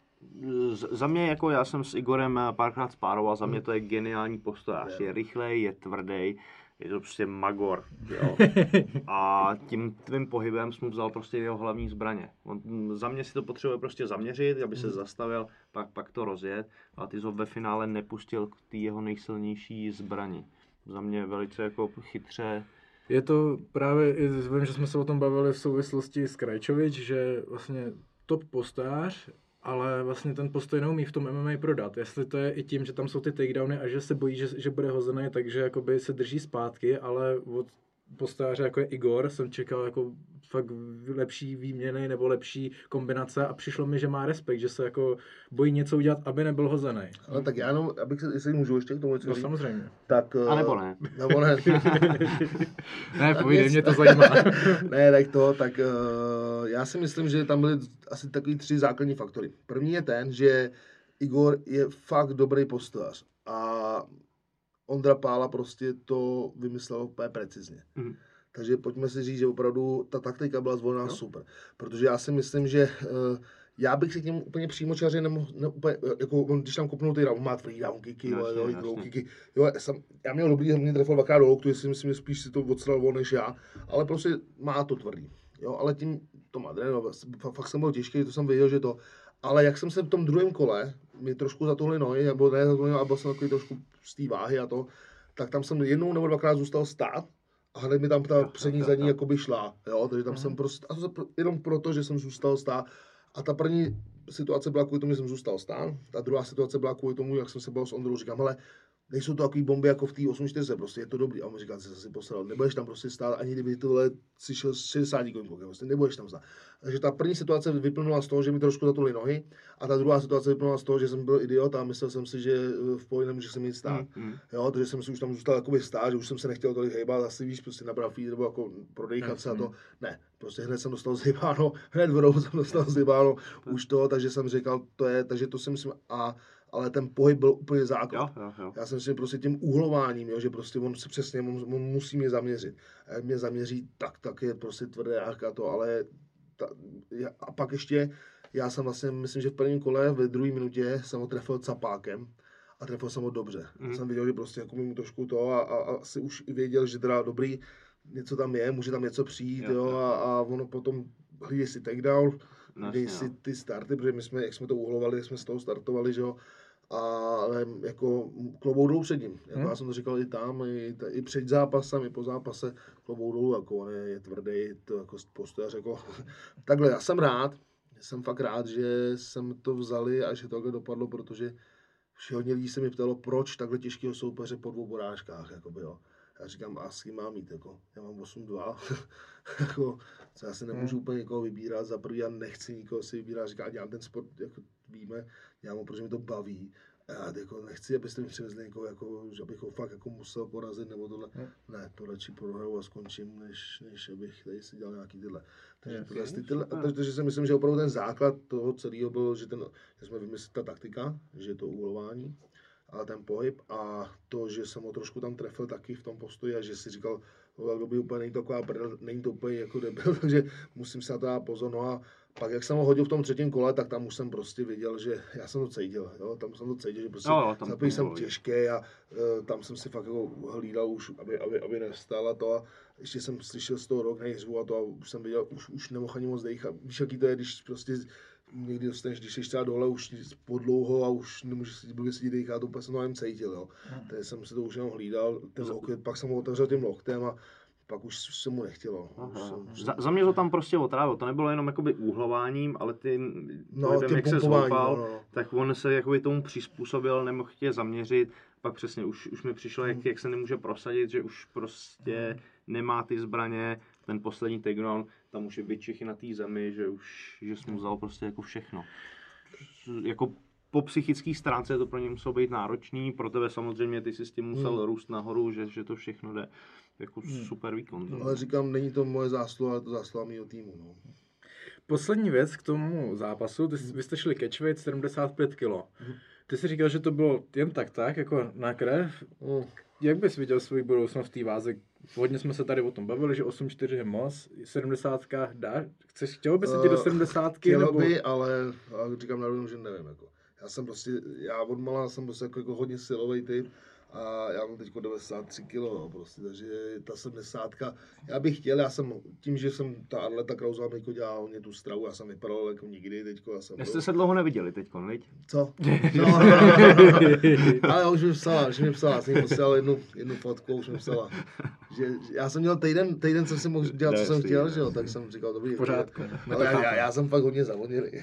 Speaker 3: Za mě, jako já jsem s Igorem párkrát spároval, za mě to je geniální postojář. Je rychlej, je tvrdý, je to prostě magor, jo. A tím tvým pohybem jsi mu vzal prostě jeho hlavní zbraně. On za mě si to potřebuje prostě zaměřit, aby se zastavil, pak to rozjet, a ty jsi ho ve finále nepustil k té jeho nejsilnější zbrani. Za mě velice jako chytře.
Speaker 4: Je to právě, vím, že jsme se o tom bavili v souvislosti s Krajčovič, že vlastně top postář, ale vlastně ten postoj neumí v tom MMA prodat. Jestli to je i tím, že tam jsou ty takedowny a že se bojí, že bude hozený, takže jakoby se drží zpátky, ale od postáře jako je Igor jsem čekal jako fakt lepší výměny nebo lepší kombinace a přišlo mi, že má respekt, že se jako bojí něco udělat, aby nebyl hozený.
Speaker 5: Ale tak já jenom, jestli můžu ještě k tomu něco říct.
Speaker 4: Samozřejmě.
Speaker 5: Tak,
Speaker 3: a nebo ne.
Speaker 5: Nebo ne.
Speaker 4: Ne, povídej, mě to zajímá.
Speaker 5: Ne, tak já si myslím, že tam byly asi takový 3 základní faktory. První je ten, že Igor je fakt dobrý postář a Ondra Pála prostě to vymyslel úplně precizně. Takže pojďme si říct, že opravdu ta taktika byla zvolená super. Protože já si myslím, že já bych si k němu úplně přímočaře nemohl, jako on, když tam kopnul ty má free down kicky, low kicky. Jo, já měl dobrý, mě trefil 2krát do loktu, jestli myslím, že spíš si to odstřelil on než já, ale prostě má to tvrdý. Jo, ale tím to má fakt jsem byl těžký, to jsem věděl, že to. Ale jak jsem se v tom druhém kole, mi trošku zatuhly nohy, nebo ne zatuhly, ale byl jsem takový trošku z té váhy a to, tak tam jsem jednou nebo 2krát zůstal stát a hned mi tam ta přední zadní jakoby šla, jo, takže tam jsem prostě, a to jenom proto, že jsem zůstal stát. A ta první situace byla kvůli tomu, že jsem zůstal stát, ta druhá situace byla kvůli tomu, jak jsem se bavil s Ondrou, říkám, hele, nejsou to takový bomby jako v té 8.4, prostě je to dobrý. A on mi říkal, že jsi posral, nebudeš tam prostě stát, ani kdyby tohle si šel s 60 koňkou, prostě nebudeš tam stát. Takže ta první situace vyplnula z toho, že mi trošku zatuhly nohy, a ta druhá situace vyplnula z toho, že jsem byl idiot a myslel jsem si, že v pohodě nemůže se mi stát. Jo, takže jsem si už tam zůstal jakoby stát, že už jsem se nechtěl tolik hejbat, asi víš, prostě nabrat feed nebo jako prodejchat se a to. Ne, prostě hned jsem dostal zhybáno, hned v rohu jsem dostal zhybáno už to, takže jsem říkal, takže to si myslím, ale ten pohyb byl úplně základ.
Speaker 3: Jo.
Speaker 5: Já jsem si prostě tím uhlováním, jo, že prostě on se přesně, on musí mě zaměřit. A jak mě zaměří, tak je prostě tvrdé a to, ale a pak ještě, já jsem vlastně, myslím, že v prvním kole, ve druhé minutě jsem ho trefil capákem a trefil jsem ho dobře. Jsem viděl, že prostě jako mu trošku to a asi už i věděl, že teda dobrý, něco tam je, může tam něco přijít, jo, a ono potom hlídej si takedown, hlídej si ty starty, protože my jsme, jak jsme to uhlovali, jak jsme z toho startovali, že jo, ale jako klobouk dolů před ním. Jako já jsem to říkal i tam, i před zápasem, i po zápase klobouk dolů, jako on je tvrdý, to jako postojař, jako takhle, já jsem rád, jsem fakt rád, že jsem to vzali a že to takhle dopadlo, protože hodně lidí se mi ptalo, proč takhle těžkého soupeře po 2 porážkách, jakoby, jo. Já říkám, a s kým mám jít, jako, já mám 8-2, jako, co já si nemůžu úplně někoho vybírat, za prvý já nechci nikoho si vybírat, říkám, dělám ten sport, jako víme, dělám ho, protože mi to baví, a já jako nechci, abyste mi přivezli někoho, jako, že abych ho fakt jako musel porazit, nebo tohle, ne, to radši prohraju a skončím, než abych tady si dělal nějaký tyhle. Takže si myslím, že opravdu ten základ toho celého byl, že jsme vymysleli ta taktika, že je to uhlování, a ten pohyb a to, že jsem ho trošku tam trefil taky v tom postoji a že si říkal, by úplně není to taková prdel, není to úplně jako debil, takže musím se na to dát pozor. No a pak, jak jsem ho hodil v tom 3. kole, tak tam už jsem prostě viděl, že já jsem to cítil, jo, tam jsem to cítil, že prostě zapojil jsem těžký a tam jsem si fakt jako hlídal už, aby nevstal a to a ještě jsem slyšel z toho rok nejhřvu a to a už jsem viděl, už nemohl ani moc dejchat. Víš, jaký to je, když prostě někdy dostaneš, když jsi třeba dole už podlouho a už nemůžeš si blbě si dejchat, to úplně jsem to nevím cítil, jo. Takže jsem si to už jenom hlídal, ten loket, pak jsem ho otevřel tím loktem a pak už se mu nechtělo.
Speaker 3: Za mě to tam prostě otrávilo, to nebylo jenom jakoby úhlováním, ale tím jak se zhoupal, tak on se jakoby tomu přizpůsobil, nemohl tě zaměřit, pak přesně už mi přišlo, jak se nemůže prosadit, že už prostě nemá ty zbraně, ten poslední takedown, tam už je byčichy na té zemi, že jsi mu vzal prostě jako všechno. Jako po psychické stránce to pro ně muselo být náročný, pro tebe samozřejmě ty si s tím musel růst nahoru, že to všechno jde. Jako super výkon.
Speaker 5: Ale říkám, není to moje zásluha, ale to zásluha mýho týmu. No.
Speaker 4: Poslední věc k tomu zápasu, vy jste šli catchweight 75 kg. Ty jsi říkal, že to bylo jen tak, jako na krev. Jak bys viděl svou budoucnost v té váze? Hodně jsme se tady o tom bavili, že 8-4 je moc, 70 dá. Chtěl bys jít do 70?
Speaker 5: Chtěl by, ale říkám na rovinu, že nevím. Jako. Já odmala jsem prostě jako hodně silový typ a já mám teď 93 kg, no, prostě, takže ta 70, já bych chtěl, já jsem, tím, že jsem ta Arleta Krausová mi dělal hodně tu stravu, já jsem vypadal jako nikdy teďko, já jsem...
Speaker 3: Jste se dlouho neviděli teďko, viď?
Speaker 5: Co? No. Ale už mi psala, jsem jí poslal jednu fotku, už mi psala, že já jsem měl týden jsem si mohl dělat, co jsem chtěl, že jo, tak jsem říkal, dobrý, v
Speaker 4: pořádku.
Speaker 5: Ale já jsem fakt hodně zavodněný.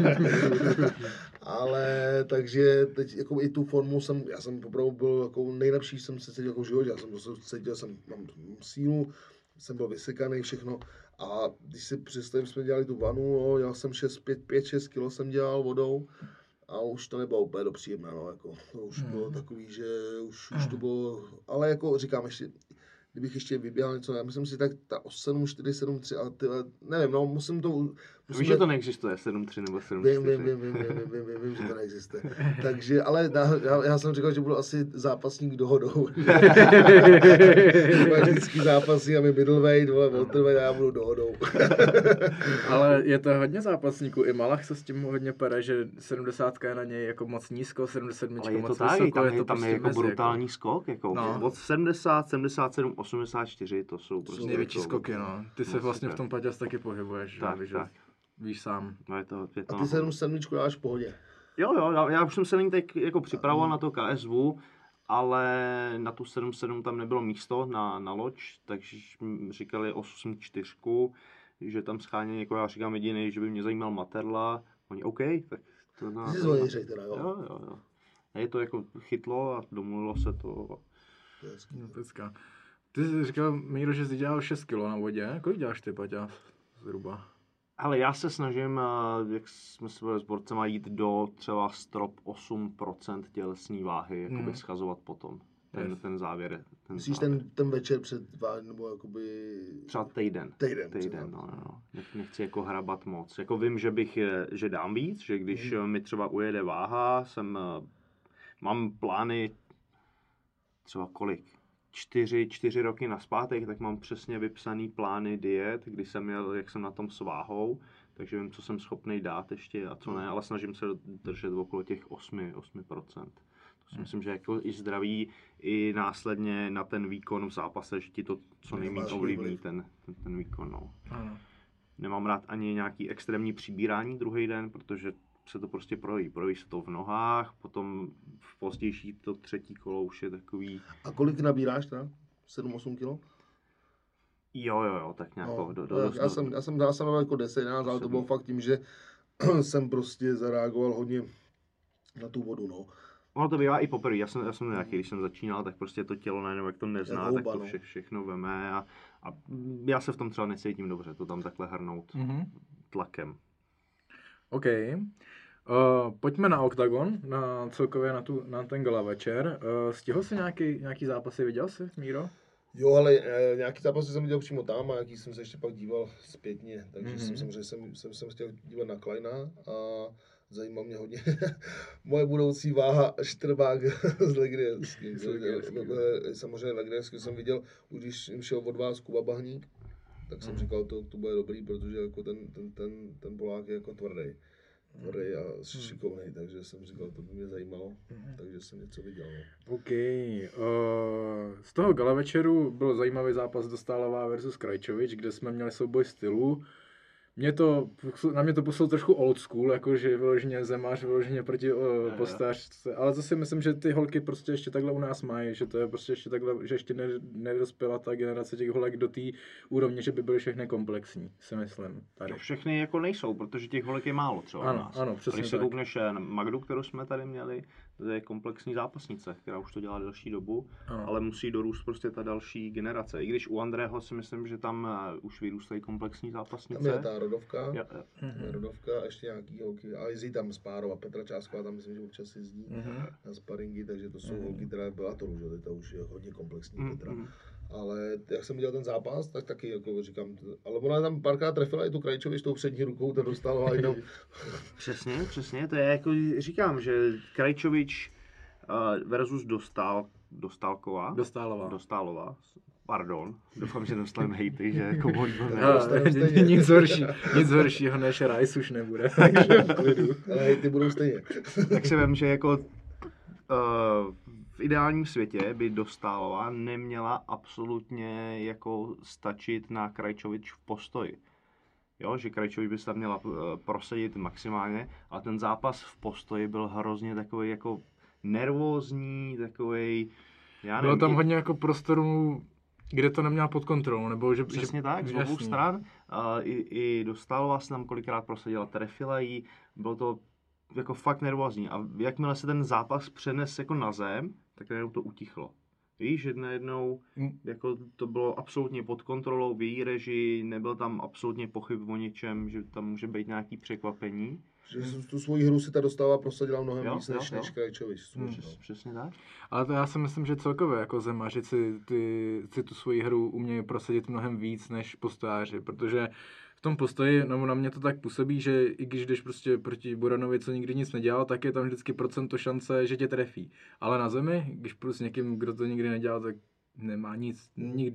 Speaker 5: Ale takže teď jako i tu formu já jsem opravdu byl jako nejlepší, jsem se cítil jako v životě, já jsem prostě cítil, mám sílu, jsem byl vysekaný, všechno. A když si představím, jsme dělali tu vanu, no, já jsem 5-6 kilo jsem dělal vodou a už to nebylo úplně dopříjemné, no, jako, to už bylo takový, že už to bylo, ale jako říkám ještě, kdybych ještě vyběhal něco, já myslím si tak ta 7-4, 7-3, ale tyhle, nevím, no, musím to...
Speaker 3: Víš, že to neexistuje, 7-3 nebo 7-4.
Speaker 5: Vím, že to neexistuje. Takže, ale já jsem říkal, že budu asi zápasník dohodou. Vždycky zápasy a my middleweight, welterweight a já budu dohodou.
Speaker 4: Ale je to hodně zápasníků, i Malach se s tím hodně pere, že 70 je na něj jako moc nízko, 77
Speaker 3: ale je
Speaker 4: moc
Speaker 3: to tak,
Speaker 4: vysoko,
Speaker 3: tam
Speaker 4: je to
Speaker 3: tam
Speaker 4: prostě
Speaker 3: je jako
Speaker 4: mezi,
Speaker 3: brutální skok, jako od 70, 77, 84, to jsou prostě...
Speaker 4: největší
Speaker 3: jako,
Speaker 4: skoky, no. Ty se vlastně v tom Paťas taky pohybuješ,
Speaker 3: tak,
Speaker 4: že?
Speaker 3: tak.
Speaker 4: Víš sám.
Speaker 3: No je to
Speaker 5: a ty 7 dáš v pohodě.
Speaker 3: Jo, já už jsem se teď jako připravoval na to KSV, ale na tu 7-7 tam nebylo místo na loď, takže říkali 8-4, že tam scháněli někoho, já říkám jediný, že by mě zajímal Materla, oni OK, tak to...
Speaker 5: Ty jsi zvonějšej teda, jo?
Speaker 3: Jo. Je to jako chytlo a domluvilo se to.
Speaker 4: No, ty jsi říkal, Míro, že jsi dělal 6 kg na vodě, kolik děláš ty, Paťa, zhruba?
Speaker 3: Ale já se snažím, jak jsme se byli s borcema, jít do třeba strop 8% tělesné váhy, jakoby schazovat potom. Ten závěr.
Speaker 5: Myslíš ten večer před nebo jakoby...
Speaker 3: Třeba týden. No. Nechci jako hrabat moc. Jako vím, že dám víc, že když mi třeba ujede váha, mám plány třeba kolik? 4 roky nazpátek, tak mám přesně vypsaný plány diet, kdy jsem měl, jak jsem na tom s váhou, takže vím, co jsem schopný dát ještě a co ne, ale snažím se držet okolo těch 8%. To si myslím, že jako i zdraví, i následně na ten výkon v zápase, že ti to co nejméně ovlivní ten výkon. No. Nemám rád ani nějaký extrémní přibírání druhý den, protože se to prostě projí se to v nohách, potom v pozdější to třetí kolo už je takový...
Speaker 5: A kolik nabíráš teda? 7-8 kilo?
Speaker 3: Jo, tak nějak
Speaker 5: já jsem dal jako 10-11, ale to bylo fakt tím, že jsem prostě zareagoval hodně na tu vodu, no.
Speaker 3: Ono to bývá i poprvé, já jsem nějaký, když jsem začínal, tak prostě to tělo najednou, jak to nezná, tak to všechno veme a já se v tom třeba necítím dobře, to tam takhle hrnout tlakem.
Speaker 4: OK. Pojďme na Octagon, celkově na ten gala večer. Stihl jsi nějaký zápasy, viděl jsi, Míro?
Speaker 5: Jo, ale nějaký zápasy jsem viděl přímo tam a nějaký jsem se ještě pak díval zpětně, takže jsem chtěl dívat na Kleina a zajímá mě hodně moje budoucí váha Štrbák z Legrievským. Samozřejmě Legrievský jsem viděl, už když jim šel od vás Kuba Bahník, tak jsem říkal, to bude dobrý, protože jako ten Polák je jako tvrdý a šikovnej, takže jsem říkal, to by mě zajímalo, takže jsem něco viděl. No.
Speaker 4: OK. Z toho gala večeru byl zajímavý zápas Dostálová versus Krajčovič, kde jsme měli souboj stylů. Na mě to působilo trošku old school, jakože vyloženě Zemář, vyloženě proti Postářce, ale zase myslím, že ty holky prostě ještě takhle u nás mají, že to je prostě ještě takhle, že ještě nedospěla ta generace těch holek do té úrovně, že by byly všechny komplexní, si myslím. Tady.
Speaker 3: To všechny jako nejsou, protože těch holek je málo třeba u nás.
Speaker 4: Ano, přesně.
Speaker 3: Když se koukneš na Magdu, kterou jsme tady měli, to je komplexní zápasnice, která už to dělá delší dobu, ale musí dorůst prostě ta další generace. I když u Andrého si myslím, že tam už vyrůstají komplexní zápasnice.
Speaker 5: Tam je ta Rodovka, Rodovka a ještě nějaký holky, a jezdí tam Spárova, Petra Čásková tam myslím, že občas jezdí na sparingy, takže to jsou holky, které byla to že to už je hodně komplexní Petra. Ale jak jsem viděl ten zápas, tak taky jako říkám, ale ona tam párkrát trefila i tu Krajčovič tou přední rukou, ten dostal jenom.
Speaker 3: Přesně, to je jako říkám, že Krajčovič versus Dostálová. Pardon, doufám, že dostaneme hejty, že jako můj
Speaker 4: nic horšího než Rice už nebude, takže v klidu.
Speaker 5: Ale hejty budou stejně.
Speaker 3: Tak si vem, že jako v ideálním světě by Dostálová neměla absolutně jako stačit na Krajčovič v postoji. Jo, že Krajčovič by se tam měla prosadit maximálně, ale ten zápas v postoji byl hrozně takový jako nervózní, takový, já nevím.
Speaker 4: Bylo tam hodně jako prostoru, kde to neměla pod kontrolou, nebo že...
Speaker 3: Přesně tak, z obou stran. I Dostálová se tam kolikrát prosadila, trefila jí, bylo to jako fakt nervózní. A jakmile se ten zápas přenes jako na zem, tak najednou to utichlo. Víš, že najednou jako to bylo absolutně pod kontrolou, v její režii, nebyl tam absolutně pochyb o něčem, že tam může být nějaký překvapení.
Speaker 5: Že tu svoji hru si ta Dostálová prosadila mnohem víc než Krajčovič.
Speaker 3: Přesně tak.
Speaker 4: Ale to já si myslím, že celkově jako zemaři si tu svoji hru umějí prosadit mnohem víc než postojáři, protože v tom postoji, nebo na mě to tak působí, že i když jdeš prostě proti Buranovi, co nikdy nic nedělal, tak je tam vždycky procento šance, že tě trefí. Ale na zemi, když prostě někým, kdo to nikdy nedělal, tak nemá nic,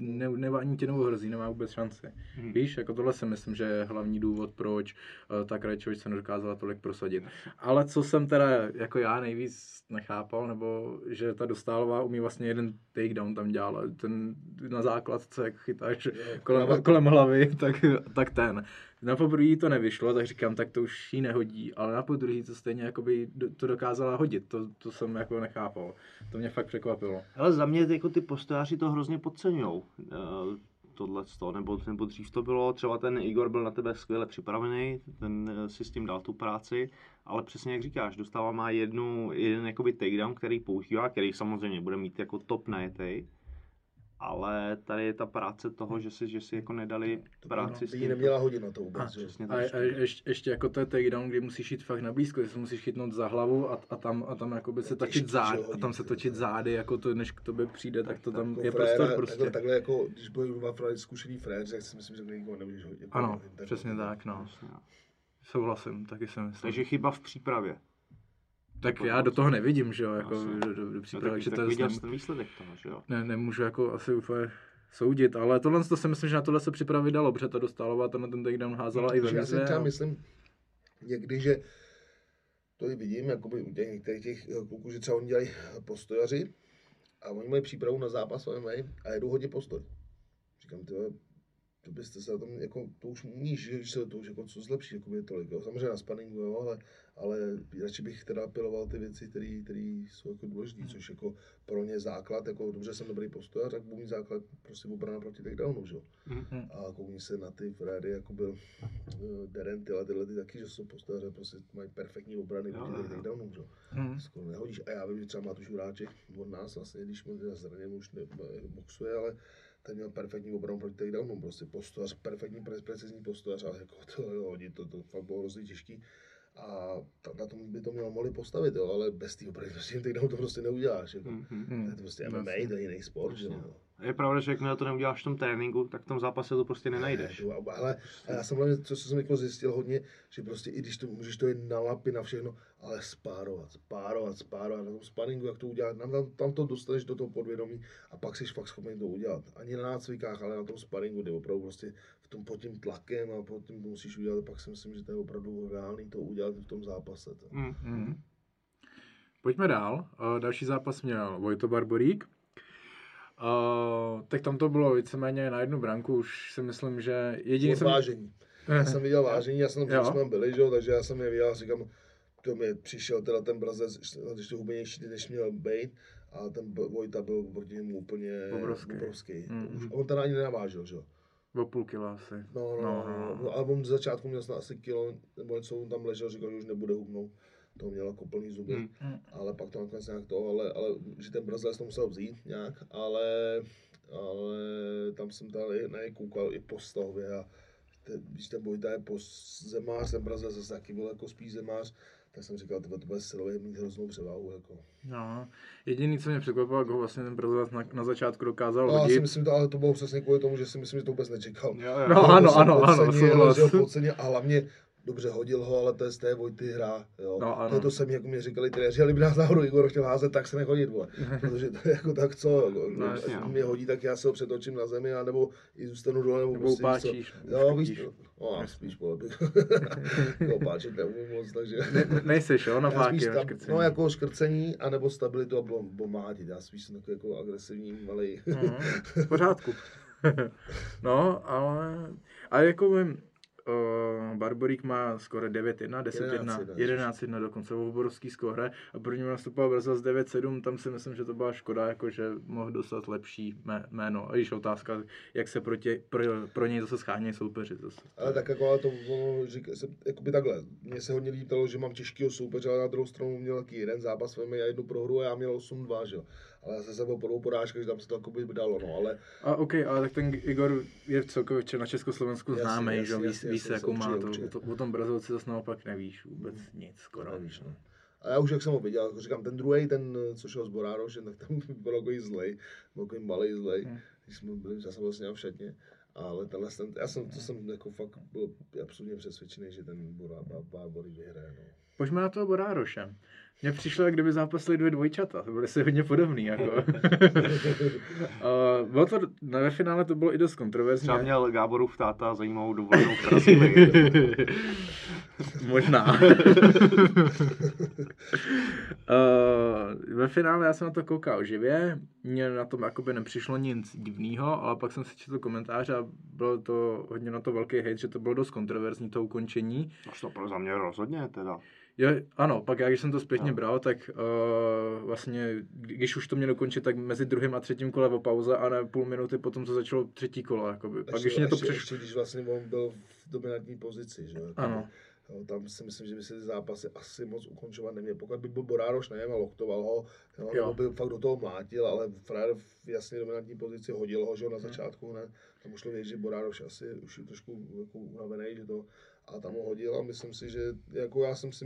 Speaker 4: ani tě neohrozí, nemá vůbec šanci. Víš, jako tohle si myslím, že je hlavní důvod, proč ta Krajčovič se nedokázala tolik prosadit. Ale co jsem teda jako já nejvíc nechápal, nebo že ta Dostálová umí vlastně jeden takedown tam dělat, ten na základce, jak chytáš kolem hlavy, tak ten. Na poprvé to nevyšlo, tak říkám, tak to už jí nehodí, ale na podruhé to stejně jakoby to dokázala hodit, to jsem jako nechápal. To mě fakt překvapilo.
Speaker 3: Ale za mě jako ty postojáři to hrozně podceňujou, tohleto, nebo dřív to bylo, třeba ten Igor byl na tebe skvěle připravený, ten si s tím dal tu práci, ale přesně jak říkáš, Dostálová má jeden jakoby takedown, který používá, který samozřejmě bude mít jako top najetej, ale tady je ta práce toho, že si jako nedali práci s tím.
Speaker 5: Neměla hodit na to vůbec.
Speaker 4: A ještě jako to je takedown, kdy musíš jít fakt na blízko, že se musíš chytnout za hlavu a tam jakoby se točit zády, a tam se točit zády, jako to, než k tobě přijde, tak to tam je prostor prostě.
Speaker 5: Takhle jako, když byl zkušený frér, tak si myslím, že nikoho nemůžeš hodit.
Speaker 4: Ano, přesně tak, no. Souhlasím, taky si myslím.
Speaker 3: Takže chyba v přípravě.
Speaker 4: Tak já do toho nevidím, že jo, jako do přípravy, že to je...
Speaker 3: viděl jsi ten výsledek toho, že jo?
Speaker 4: Nemůžu jako asi úplně soudit, ale tohle to si myslím, že na tohle se připravit dalo, protože ta Dostálová to na ten takedown házela i ve výzvě.
Speaker 5: Já si třeba myslím někdy, že to i vidím, jakoby u některých těch kluků, že třeba oni dělají postojaři a oni mají přípravu na zápas a jedou hodně postoj. Říkám, to byste se na tom, jako, to už umíš, že se to už jako co zlepší, jako je tolik, jo. Samozřejmě na spanningu, jo, ale radši bych teda piloval ty věci, které jsou jako důležité, což jako pro ně základ, jako dobře jsem dobrý postojař, tak budu mít základ prostě obrana proti takedownu, že jo. A koukni se na ty fréry, jako byl Derenty, ale tyhle ty taky, že jsou postojaře, prostě mají perfektní obrany proti takedownu, že jo. Skoro nehodíš. A já vím, že třeba Matuš Juráček od nás vlastně, když mu zraněn už boxuje, ale ten měl perfektní obranu proti takedownu, prostě postojař, perfektní precizní postojař, ale jako to fakt bylo hrozně těžký. A na tom by to mohli postavit, jo, ale bez té obrany prostě takedown to prostě neuděláš. Jako. To je prostě MMA, to je jiný sport. Že?
Speaker 3: Je pravda, že jakmile to neuděláš v tom tréninku, tak v tom zápase to prostě nenajdeš.
Speaker 5: Ale já jsem hlavně, co jsem jako zjistil hodně, že prostě i když to můžeš to jít na lapy, na všechno, ale spárovat na tom sparingu, jak to udělat, tam to dostaneš do toho podvědomí a pak jsi fakt schopný to udělat. Ani na nácvikách, ale na tom sparingu, kde opravdu prostě pod tím tlakem a pod tím to musíš udělat, pak si myslím, že to je opravdu reálný to udělat v tom zápase.
Speaker 4: Pojďme dál. Další zápas měl Vojto Barborík. Tak tam to bylo víceméně na jednu branku, už si myslím, že jediný jsem...
Speaker 5: Vážení. Já jsem viděl vážení, já jsem tam jsme byli, že? Takže já jsem je viděl a říkám, to mi přišel teda ten Brazec, ještě hubenější, než měl být, a ten Vojta byl proti němu úplně obrovský. On teda ani nenavážil, že jo?
Speaker 4: O půl kila asi.
Speaker 5: No, ale on z začátku měl snad asi kilo, nebo něco, on tam ležel, říkal, že už nebude hubnout. To měl jako plný zuby, ale pak to nakonec nějak to, ale že ten Brazilec to musel vzít nějak, ale tam jsem tady na něj koukal i po stavě a když ten Vojta je zemář, ten Brazilec zase taky byl jako spíš zemář, tak jsem říkal, to bude silově mít hroznou převáhu. Jako.
Speaker 4: No, jediný, co mě překvapilo, jak ho vlastně ten Brazilec na začátku dokázal
Speaker 5: hodit.
Speaker 4: Já
Speaker 5: si myslím, ale to bylo přesně kvůli tomu, že si myslím, že to vůbec nečekal.
Speaker 4: Ano, souhlas.
Speaker 5: Podceně a hlavně dobře hodil ho, ale to je z té Vojty hra, jo.
Speaker 4: No, ano.
Speaker 5: To je to samé, jako mě říkali trenéři, ale by nás náhodou Igor chtěl házet, tak se nechodit, vole. Protože to je jako tak co,
Speaker 3: jasně,
Speaker 5: mě hodí, tak já se ho přetočím na zemi, anebo i zůstanu dole, nebo prostě
Speaker 4: upáčíš.
Speaker 5: Jo, víš, spíš, vole, opáčit neumím moc, takže...
Speaker 4: Nejseš, jo, na páky,
Speaker 5: škrcení. No, jako škrcení, anebo stabilitu a bomhátit, já spíš jsem takový jako agresivní, malej.
Speaker 4: V pořádku. No, ale jako Barborík má skoro 9-1, 10-1, 11-1 dokonce, obrovský skóre a první nastupoval Brazil z 9-7, tam si myslím, že to byla škoda, jako že mohl dostat lepší jméno. A již otázka, jak se pro něj zase schánějí soupeři. Zase.
Speaker 5: Ale tak jako to říká, jakoby takhle, mně se hodně líbilo, že mám těžkýho soupeře, ale na druhou stranu měl taky jeden zápas, a jednu prohru a já měl 8-2, že jo. Ale já se byl po 2 porážkách, že tam se to jakoby dalo, no, ale...
Speaker 4: Ale tak ten Igor je celkově na Československu známý, že ví se, jakou má to. O tom Brazilci zase naopak nevíš vůbec nic, skoro.
Speaker 5: Nevíš, no. A já už jak jsem ho viděl, jako říkám, ten druhej, ten, co šel z Borároše, tak tam byl takový zlej, byl takový malej zlej, když jsme byli, já jsem byl s ním v šatně, ale tenhle, to jsem jako fakt byl absolutně přesvědčený, že ten Barborík vyhraje, no.
Speaker 4: Pojďme na toho Borároše. Mně přišlo, jak kdyby zápasili 2 dvojčata, to byly si hodně podobný, jako. Bylo to, ve finále to bylo i dost kontroverzní.
Speaker 3: Třeba měl Gáborův táta zajímavou dovolenou v Brazílii.
Speaker 4: Možná. Ve finále já jsem na to koukal živě, mně na tom jakoby nepřišlo nic divného, ale pak jsem si četl komentáře a bylo to hodně na to velký hejt, že to bylo dost kontroverzní to ukončení.
Speaker 3: To pro za mě rozhodně teda.
Speaker 4: Jo, ano, pak já, když jsem to zpětně bral, tak vlastně, když už to mělo dokončit, tak mezi druhým a třetím kole o pauze a ne půl minuty potom, co začalo třetí kolo, jakoby. Pak když mě to
Speaker 5: ještě, když vlastně on byl v dominantní pozici, že jo.
Speaker 4: Ano.
Speaker 5: Jo, tam si myslím, že by se ty zápasy asi moc ukončovat neměl. Pokud by byl Borároš, nevím, a loktoval ho, nebo by fakt do toho mlátil, ale frajer v jasně dominantní pozici hodil ho, že jo, na začátku, ne. Tam už šlo vědět, že Borároš asi už je trošku jako unavený, že to, a tam ho hodil a myslím si, že jako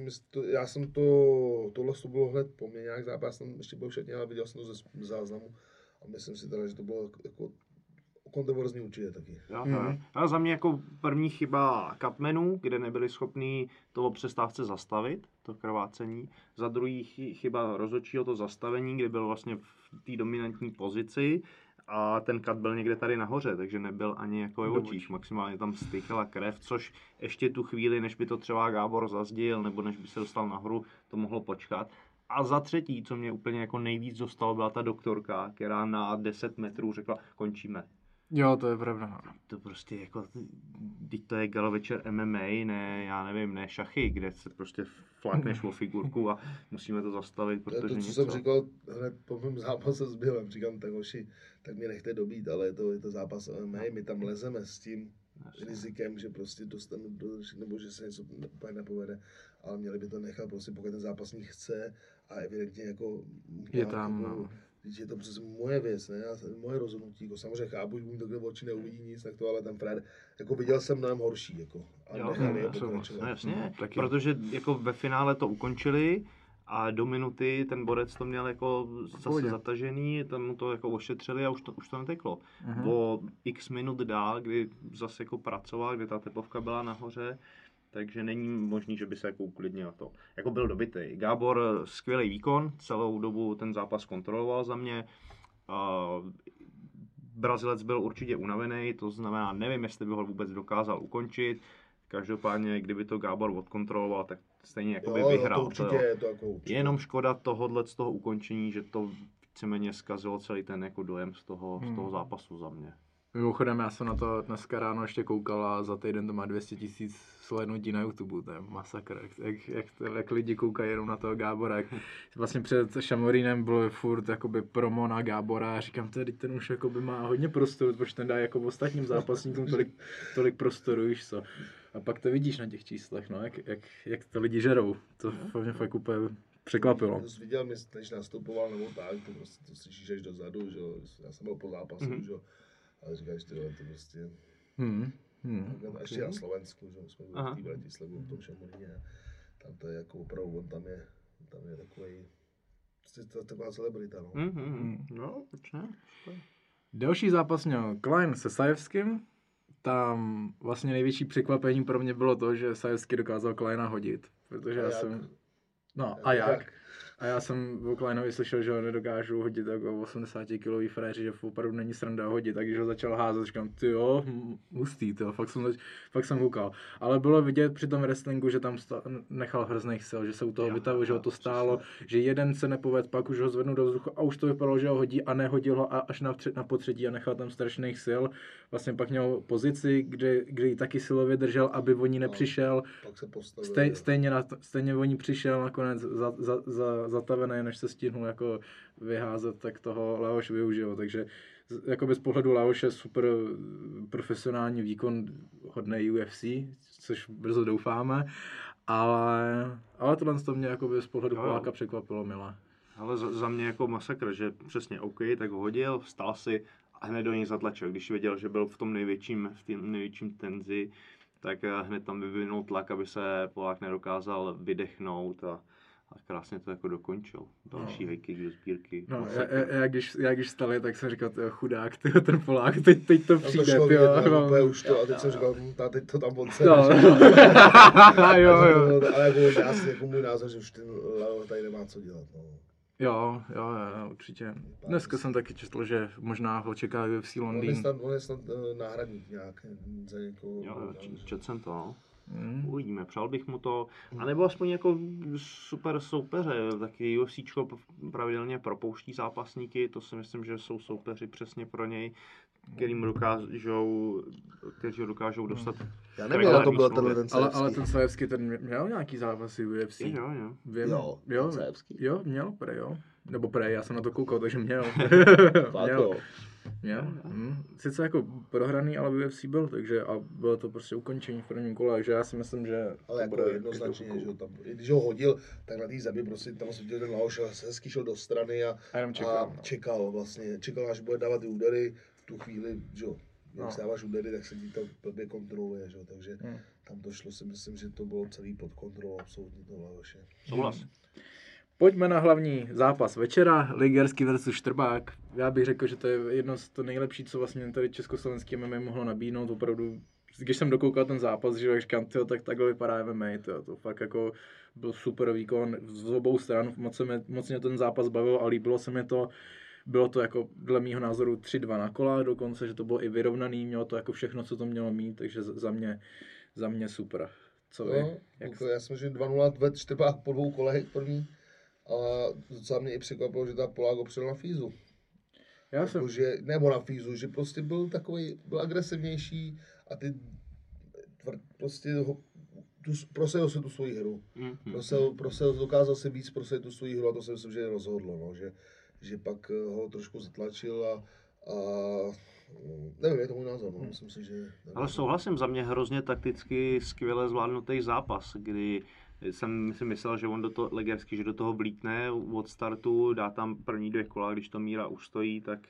Speaker 5: tohle to bylo hned po mně nějak zápas, tam ještě byl všetně, ale viděl jsem to ze záznamu a myslím si teda, že to bylo jako kontroverzní určitě taky.
Speaker 3: A za mě jako první chyba Cutmanů, kde nebyli schopní to o přestávce zastavit, to krvácení. Za druhý chyba rozhodčího to zastavení, kde byl vlastně v té dominantní pozici a ten cut byl někde tady nahoře, takže nebyl ani jako v očích. Maximálně tam stýkala krev, což ještě tu chvíli, než by to třeba Gábor zazdil, nebo než by se dostal nahoru, to mohlo počkat. A za třetí, co mě úplně jako nejvíc dostalo, byla ta doktorka, která na 10 metrů řekla, končíme.
Speaker 4: Jo, to je pravda.
Speaker 3: To prostě jako, teď to je galovečer MMA, ne, já nevím, ne šachy, kde se prostě flákneš o figurku a musíme to zastavit, protože
Speaker 5: to, co
Speaker 3: něco...
Speaker 5: jsem říkal hned po mém zápase s Bělem, říkám, tak hoši, tak mě nechte dobít, ale je to zápas MMA, my tam lezeme s tím rizikem, že prostě dostanu nebo že se něco úplně nepovede, ale měli by to nechat prostě, pokud ten zápasník chce a evidentně jako...
Speaker 4: Je tam, no.
Speaker 5: Když je to přece moje věc, ne? Moje rozhodnutí, jako samozřejmě chápu, že mu to kde oči neuvidí nic, tak to, ale ten Fred, jako viděl jsem mnohem horší, jako. A nechali je pokračovat.
Speaker 3: Jasně, protože jako ve finále to ukončili a do minuty ten borec to měl jako zase zatažený, tam mu to jako ošetřili a už to neteklo. O x minut dál, kdy zase jako pracoval, kdy ta tepovka byla nahoře, takže není možný, že by se jako uklidnil to. Jako byl dobitej. Gábor skvělý výkon, celou dobu ten zápas kontroloval za mě. Brazilec byl určitě unavený, to znamená, nevím, jestli by ho vůbec dokázal ukončit. Každopádně, kdyby to Gábor odkontroloval, tak stejně jako by vyhrál.
Speaker 5: To určitě, to jako určitě.
Speaker 3: Jenom škoda tohohle z toho ukončení, že to víceméně zkazilo celý ten jako dojem z toho zápasu za mě.
Speaker 4: Mimochodem, já jsem na to dneska ráno ještě koukal a za týden to má 200 000 slednutí na YouTube, to je masakr, jak lidi koukají jenom na toho Gábora. Vlastně před Šamorínem bylo furt jakoby promo na Gábora a říkám, teď ten už jakoby má hodně prostoru, protože ten dá jako v ostatním zápasníkům tolik prostoru, víš co. A pak to vidíš na těch číslech, no, jak to lidi žerou, to mě fakt úplně překvapilo.
Speaker 5: To jsi viděl, než nastupoval nebo tak, to prostě to slyšíš až dozadu, že jo, já jsem byl po zápasu, že jo. Ale říkáš, ty to prostě... A ještě na Slovensku, že jsme byli v té Bratislavu, v tom Šamoríně. Tam to je jako opravdu, on tam je takový... Prostě taková celebrita, no.
Speaker 3: No, proč ne?
Speaker 4: Další zápas měl Klein se Sajevským. tam vlastně největší překvapení pro mě bylo to, že Sajevský dokázal Kleina hodit, protože já jsem... No a jak? A já jsem o Kleinovi slyšel, že ho nedokážu hodit jako 80-kilový fréři, že opravdu není sranda hodit, tak když ho začal házet, říkám, ty jo, hustý, tyjo, fakt jsem koukal. Ale bylo vidět při tom wrestlingu, že tam nechal hrozných sil, že se u toho vytahu, že ho to stálo, že jeden se nepoved, pak už ho zvednul do vzduchu a už to vypadalo, že ho hodí a nehodil ho až na potřetí a nechal tam strašných sil. Vlastně pak měl pozici, kde taky silově držel, aby o ní nepřišel.
Speaker 5: Pak se postavil.
Speaker 4: Stejně o ní přišel nakonec zatavený, než se stihnul jako vyházet, tak toho Leoš využil, takže jako z pohledu Leoše super profesionální výkon hodnej UFC, což brzo doufáme, ale tohle to mě jako z pohledu Poláka překvapilo milé.
Speaker 3: Ale za mě jako masakr, že přesně OK, tak ho hodil, vstal si a hned do něj zatlačil, když věděl, že byl v tom největším tenzi, tak hned tam vyvinul tlak, aby se Polák nedokázal vydechnout a krásně to jako dokončil. Další high kick do sbírky.
Speaker 4: No, já když stali, tak jsem říkal, chudák, tyjo, ten Polák, teď to přijde, tyjo.
Speaker 5: Už to, a teď jsem říkal, teď to tam odse.
Speaker 4: No.
Speaker 5: Ale jako můj názor, že už ten Leo tady nemá co dělat. No.
Speaker 4: Jo, určitě. Dneska jsem taky četl, že možná ho čeká UFC Londýn.
Speaker 5: On je snad náhradník nějak za někoho.
Speaker 3: Jo, četl jsem to, no. Uvidíme, přál bych mu to, anebo aspoň jako super soupeře, taky UFCčko pravidelně propouští zápasníky, to si myslím, že jsou soupeři přesně pro něj, kteří dokážou dostat.
Speaker 5: Já nevím, jak to byl tenhle ten Sajevský.
Speaker 4: Ale ten Sajevský, ten měl nějaký zápasy v UFC.
Speaker 5: Jo, Sajevský.
Speaker 4: Jo, měl prej, jo. Nebo prej, já jsem na to koukal, takže měl. Měl. Sice jako prohraný, ale v UFC byl, takže a bylo to prostě ukončení v prvním kole, takže já si myslím, že...
Speaker 5: Ale jako jednoznačně, že tam, když ho hodil, tak na té zemi prostě tam se viděl ten Laoš, hezky šel do strany a čekal vlastně, až bude dávat ty údery, v tu chvíli, že jo, když dáváš údery, tak se ti to blbě kontroluje, že jo, takže tam to šlo, si myslím, že to bylo celý pod kontrolou, absolutně to Laoše.
Speaker 3: Souhlas.
Speaker 4: Pojďme na hlavní zápas večera, Ligerský versus Štrbák. Já bych řekl, že to je jedno z to nejlepší, co vlastně tady československý MMA mohlo nabídnout. Opravdu, když jsem dokoukal ten zápas, že jak říkám, tak takhle vypadá MMA, to fakt jako byl super výkon z obou stran. Moc mě ten zápas bavil a líbilo se mi to. Bylo to jako dle mýho názoru 3-2 na kola dokonce, že to bylo i vyrovnaný, mělo to jako všechno, co to mělo mít, takže za mě super. Co vy?
Speaker 5: Já jsem, že 2-0 ve Štrbách po 2 kolech první. Ale docela mě i překvapilo, že ta Polák opřel na fízu. Nebo na fízu, že prostě byl agresivnější a ty prostě prosadil se tu svoji hru. Dokázal se víc prosadit tu svoji hru a to si myslím, že rozhodlo, no, že pak ho trošku zatlačil a nevím, je to můj názor, no. Myslím si, že...
Speaker 3: Ale souhlasím, za mě hrozně takticky skvěle zvládnutý zápas, kdy jsem si myslel, že on Legerský, že do toho vlítne od startu, dá tam první 2 kola, když to Míra už stojí, tak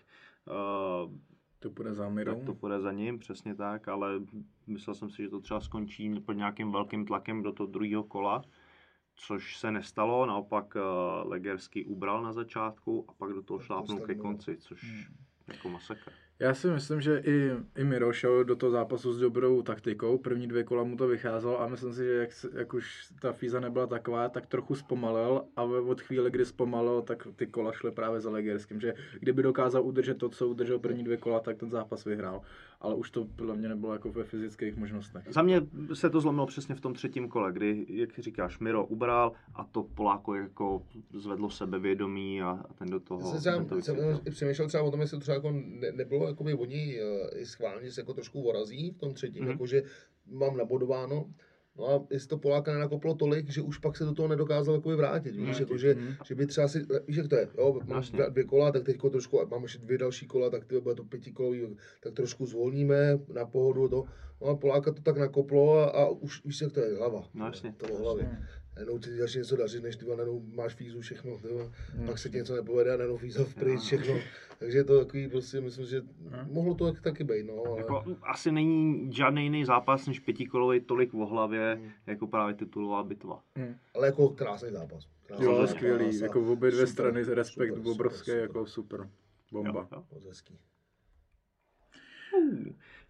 Speaker 4: to půjde za Mírou.
Speaker 3: Tak to půjde za ním, přesně tak, ale myslel jsem si, že to třeba skončí pod nějakým velkým tlakem do toho 2. kola, což se nestalo, naopak Legerský ubral na začátku a pak do toho šlápnul ke konci, což jako masakr.
Speaker 4: Já si myslím, že i Miro šel do toho zápasu s dobrou taktikou. První 2 kola mu to vycházelo a myslím si, že jak už ta fíza nebyla taková, tak trochu zpomalil a od chvíle, kdy zpomalil, tak ty kola šly právě za Legerským. Že kdyby dokázal udržet to, co udržel první 2 kola, tak ten zápas vyhrál. Ale už to podle mě nebylo jako ve fyzických možnostech.
Speaker 3: Za mě se to zlomilo přesně v tom 3. kole, kdy, jak říkáš, Miro ubral a to Poláko jako zvedlo sebevědomí a ten do toho...
Speaker 5: Já jsem přemýšlel třeba o tom, jestli to třeba jako nebylo jakoby oni i schválně se jako trošku vorazí v tom 3. Jakože mám nabodováno. No a jestli to Poláka nenakoplo tolik, že už pak se do toho nedokázal jakoby vrátit, víš, jakože, že by třeba si, víš jak to je, jo, mám 2 kola, tak teďko trošku, mám ještě 2 další kola, tak bude to 5kolový, tak trošku zvolníme na pohodu to, no a Poláka to tak nakoplo a už víš jak to je, hlava, to hlavě. Jenom ti začne něco dařit, než ty máš fízu všechno, pak se ti něco nepovede a najednou fíza vpryč všechno. Takže je to takový, prostě myslím, že mohlo to taky být, no. Ale...
Speaker 3: Jako, asi není žádný jiný zápas než 5kolový tolik v hlavě, jako právě titulová bitva.
Speaker 5: Ale jako krásný zápas.
Speaker 4: Jo, skvělý, jako v obě 2 strany respekt obrovský, jako super. Bomba.
Speaker 3: Jo.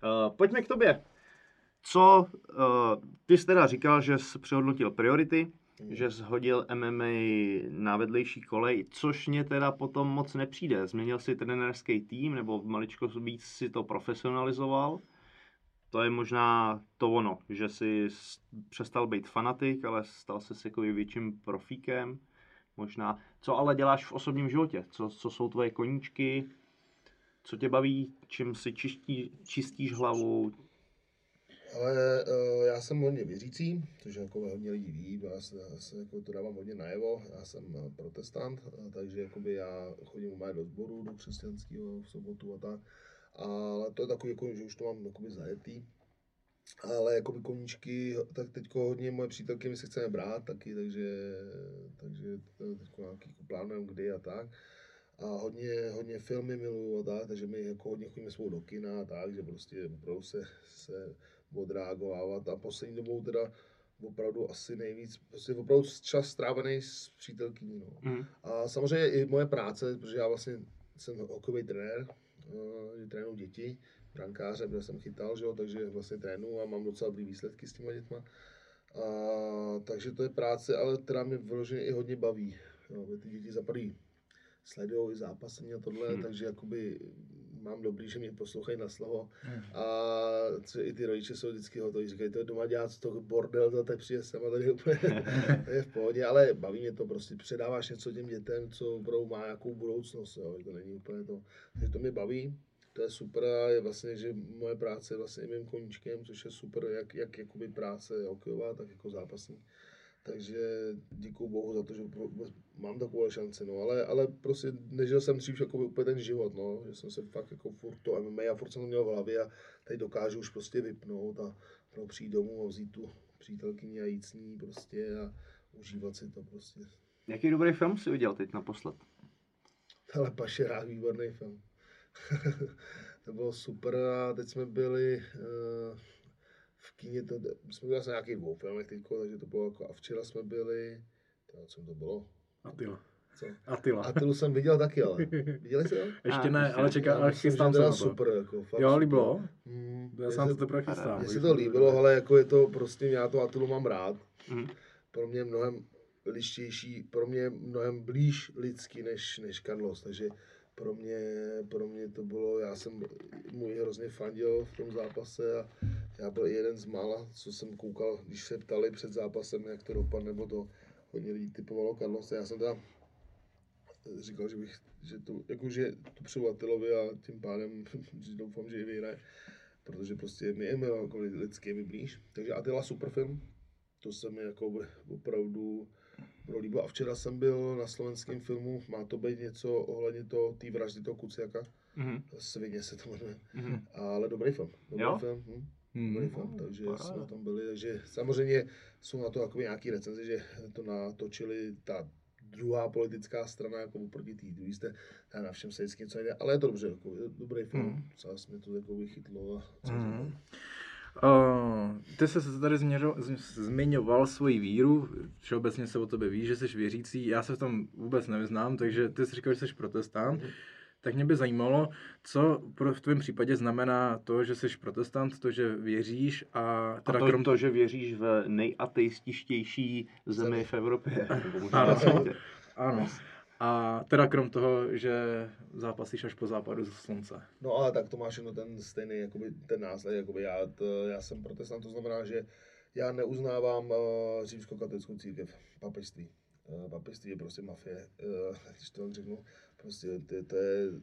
Speaker 3: Pojďme k tobě. Co, ty jsi teda říkal, že jsi přehodnotil priority, že jsi hodil MMA na vedlejší kolej, což mě teda potom moc nepřijde. Změnil jsi trenérský tým, nebo maličko víc si to profesionalizoval. To je možná to ono, že jsi přestal být fanatik, ale stal se jako větším profíkem. Možná. Co ale děláš v osobním životě? Co jsou tvoje koníčky? Co tě baví? Čím si čistíš hlavu?
Speaker 5: Ale já jsem hodně věřící, což jako hodně lidí ví, já se jako to dávám hodně najevo, já jsem protestant, takže jakoby já chodím do sboru, do křesťanského v sobotu a tak, ale to je takový, jako, že už to mám jakoby zajetý. Ale jakoby koníčky, tak teďko hodně moje přítelky my se chceme brát taky, takže teďko nějaký plánujeme kdy a tak. A hodně filmy miluju a tak, takže my jako hodně chodíme spolu do kina a tak, že prostě opravdu se odreagovávat a poslední dobou teda opravdu asi nejvíc, prostě opravdu čas strávený s přítelkyní, no. A samozřejmě i moje práce, protože já vlastně jsem hokejový trenér, trénuju děti, brankáře, protože jsem chytal, že jo, takže vlastně trénuju a mám docela dobrý výsledky s těma dětma. Takže to je práce, ale která mě vyloženě i hodně baví. Jo, ty děti za prvý sledujou i zápasení a tohle, takže jakoby mám dobrý, že mě poslouchají na slovo. A i ty rodiče jsou vždycky hotoví, říkají, to je doma dělat to bordel, to teď přijde sem a tady úplně je v pohodě, ale baví mě to prostě, předáváš něco těm dětem, co opravdu má nějakou budoucnost, jo, to není úplně to, takže to mě baví. To je super a je vlastně, že moje práce je vlastně i mým koníčkem, což je super, jak jakoby práce hokejová, tak jako zápasní. Takže děkuju Bohu za to, že mám takové šance, no, ale prostě nežil jsem dřív jako úplně ten život, no, že jsem se fakt jako furt to MMA a furt jsem to měl v hlavě a teď dokážu už prostě vypnout a přijít domů a vzít tu přítelkyni a jít s ní prostě a užívat si to prostě.
Speaker 3: Jaký dobrý film jsi viděl teď naposled?
Speaker 5: Ale Pašerák, výborný film. To bylo super a teď jsme byli v kině, jsme byli asi nějakých 2 filmech teďko, takže to bylo jako, a včera jsme byli, co to bylo? Attilu jsem viděl taky, ale viděli jste ho?
Speaker 4: Ještě ne, ale čekám, ale chystám se na to.
Speaker 5: Super, jako, fakt
Speaker 4: jo, líbilo? Já
Speaker 5: jsem
Speaker 4: se to teprve chystám.
Speaker 5: Mně se to líbilo, ale jako je to prostě, já to Attilu mám rád. Pro mě mnohem lištější, pro mě mnohem blíž lidský než Carlos, takže pro mě to bylo, já jsem mu hrozně fandil v tom zápase a já byl jeden z mála, co jsem koukal, když se ptali před zápasem, jak to dopadne, nebo to hodně lidí typovalo Carlos. Já jsem teda říkal, že to přeju Attilovi a tím pádem že doufám, že i vyhraje, protože prostě mi je jako lidský mi blíž. Takže Attila super film, to se mi jako opravdu líbilo. A včera jsem byl na slovenském filmu, má to být něco ohledně té vraždy toho Kuciaka. Svině se to jmenuje. Ale dobrý film. Dobrý film, takže jsme na tom byli. Takže samozřejmě jsou na to takové nějaké recenze, že to natočili ta druhá politická strana, jako oproti té druhé jste na všem se vždycky něco nejde, ale je to dobře, jako, je dobrý film. Zás mě to jako vychytlo.
Speaker 4: Ty jsi tady zmiňoval svoji víru, všeobecně se o tobě ví, že jsi věřící, já se v tom vůbec nevyznám, takže ty jsi říkal, že jsi protestant, tak mě by zajímalo, co v tvém případě znamená to, že jsi protestant, to, že věříš a...
Speaker 3: Teda a to, že věříš v nejateističtější zemi v Evropě.
Speaker 4: Ano. A teda krom toho, že zápasíš až po západu ze slunce.
Speaker 5: No ale tak to máš jenom ten stejný, jakoby, ten následek, jakoby já jsem protestant, to znamená, že já neuznávám římskokatolickou církev, papežství. Papežství je prostě mafie, když to tak řeknu. Prostě to je...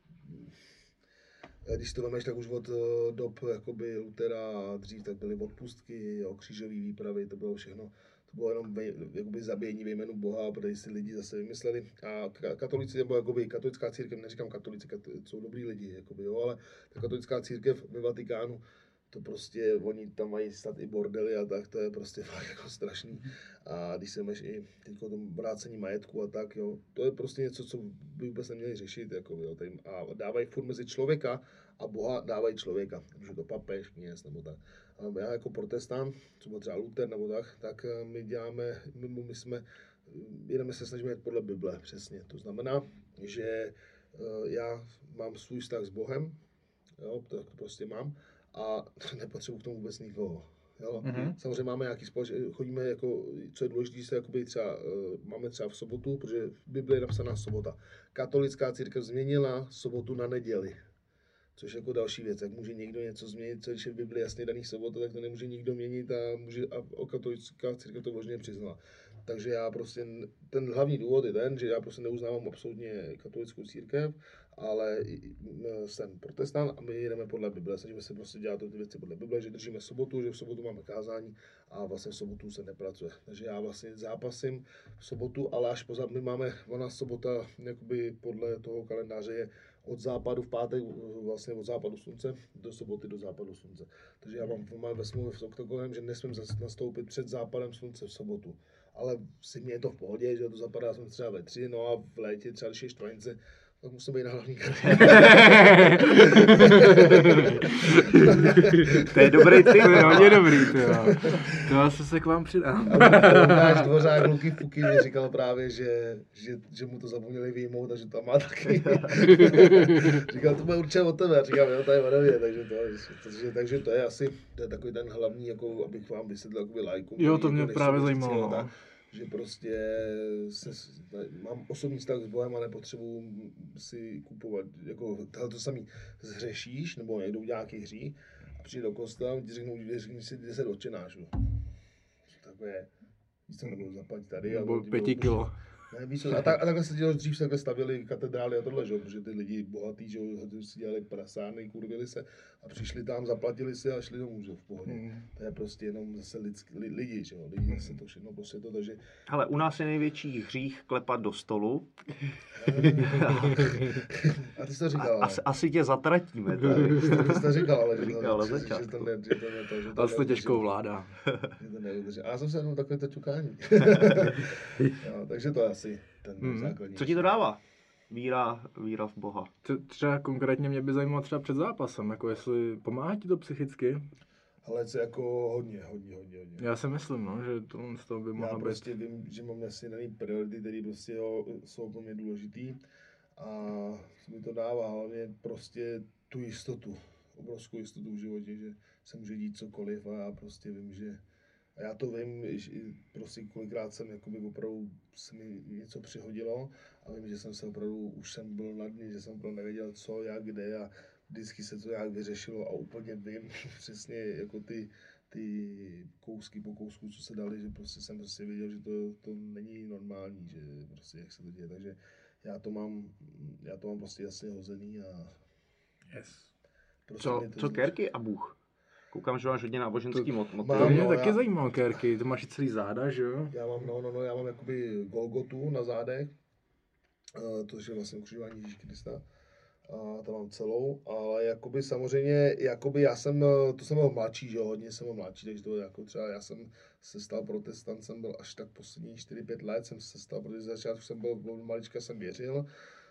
Speaker 5: Když to vemeš, tak už od dob jakoby Lutera a dřív, tak byly odpustky, křížové výpravy, to bylo všechno. To bylo jenom jakoby zabíjení ve jménu Boha, protože si lidi zase vymysleli. A katolici, nebo jakoby katolická církev, neříkám katolici, jsou dobrý lidi, jakoby, jo, ale ta katolická církev ve Vatikánu, to prostě, oni tam mají stát i bordely a tak, to je prostě fakt jako strašný. A když se máš i teďko tom vrácení majetku a tak, jo, to je prostě něco, co by vůbec neměli řešit, jako, jo, a dávají furt mezi člověka a Boha dávají člověka, protože to papež, kněz nebo tak. A já jako protestant, co byl třeba Luther nebo tak my děláme, my jsme, jenom se snažíme jít podle Bible, přesně. To znamená, že já mám svůj vztah s Bohem, jo, to prostě mám, a nepotřebuji k tomu vůbec nikoho. Jo? Samozřejmě máme nějaký chodíme jako, co je důležité, že jakoby třeba, máme třeba v sobotu, protože v Bibli je napsaná sobota. Katolická církev změnila sobotu na neděli. Což jako další věc, jak může někdo něco změnit, co je v Bibli jasně daný sobota, tak to nemůže nikdo měnit a katolická církev to možně přiznala. Takže já prostě, ten hlavní důvod je ten, že já prostě neuznávám absolutně katolickou církev, ale jsem protestant a my jdeme podle Bible. Snažíme se prostě dělat ty věci podle Bible, že držíme sobotu, že v sobotu máme kázání a vlastně v sobotu se nepracuje. Takže já vlastně zápasím v sobotu, ale až my máme, ona sobota jakoby podle toho kalendáře je od západu v pátek, vlastně od západu slunce do soboty do západu slunce. Takže já mám ve smlouvě s oktagonem, že nesmím nastoupit před západem slunce v sobotu. Ale si mě je to v pohodě, že to zapadá jsem třeba ve 3, no a v létě třeba když je štvanice, tak musím být na hlavní kartě.
Speaker 3: To je dobrý tip,
Speaker 4: to je hodně dobrý, to asi se k vám přidám.
Speaker 5: Náš dvořák Luky Fuky mi říkal právě, že mu to zapomněli vyjmout, takže to má taky. Říkal, to bude určitě od tebe. Říkal, jo, to je vadově, takže to je asi, to je takový ten hlavní, jako, abych vám vysvětlil jakoby lajku.
Speaker 4: Jo, to mě právě zajímalo.
Speaker 5: Tak, že prostě mám osobní vztah s Bohem a nepotřebuji si kupovat, jako to samý zhřešíš, nebo někdo udělá nějaký hřích a přijde do kostela, ti řeknou si 10 odčenáš. Takové, víc co nebudu zaplatit tady.
Speaker 4: Nebo 5 kilo.
Speaker 5: Ne, víš co, a takhle se dělalo, dřív se takhle stavěli katedrály a tohle, že? Protože ty lidi bohatý, že si dělali prasárny, kurvili se a přišli tam, zaplatili si a šli domů, že? V pohodě. To je prostě jenom zase lidi, že jo, lidi zase to všechno prostě to, takže...
Speaker 3: Ale u nás je největší hřích klepat do stolu.
Speaker 5: A ty jsi to říkal, ale...
Speaker 3: Asi tě zatratíme tady.
Speaker 5: Ty jsi to říkal, ale
Speaker 3: že
Speaker 5: to
Speaker 4: to těžkou vládá.
Speaker 5: A já jsem se jenom takové to ťukání. Takže to je asi ten základní.
Speaker 3: Co ti to dává? Víra v Boha.
Speaker 4: Třeba konkrétně mě by zajímalo třeba před zápasem, jako jestli pomáhá ti to psychicky?
Speaker 5: Ale to jako hodně.
Speaker 4: Já si myslím, no, že to z toho by mohlo být.
Speaker 5: Já prostě vím, že mám jasně daný priority, které prostě jsou pro mě důležitý a mi to dává hlavně prostě tu jistotu, obrovskou jistotu v životě, že se může dít cokoliv a já prostě vím, že a já to vím, že prostě kolikrát jsem jakoby opravdu se mi něco přihodilo a vím, že jsem se opravdu, už jsem byl na dně, že jsem opravdu nevěděl co, jak, kde a vždycky se to nějak vyřešilo a úplně vím přesně jako ty kousky po kousku, co se dali, že prostě jsem prostě věděl, že to není normální, že prostě jak se to děje, takže já to mám prostě jasně hozený a...
Speaker 4: Yes.
Speaker 5: Prostě
Speaker 3: Co Kerky a Bůh? Koukám, že máš hodně náboženský motiv.
Speaker 4: To mě taky zajímalo, Kerky, to máš i celý záda, že jo?
Speaker 5: Já mám jakoby Golgotu na zádech, to je vlastně ukřižování Ježíše Krista. A to mám celou, ale jakoby samozřejmě, jakoby já jsem, to jsem byl mladší, že jo, hodně jsem byl mladší, takže to jako třeba já jsem se stal protestant, jsem byl až tak poslední 4-5 let, jsem se stal, protože začátku jsem byl malička, jsem věřil,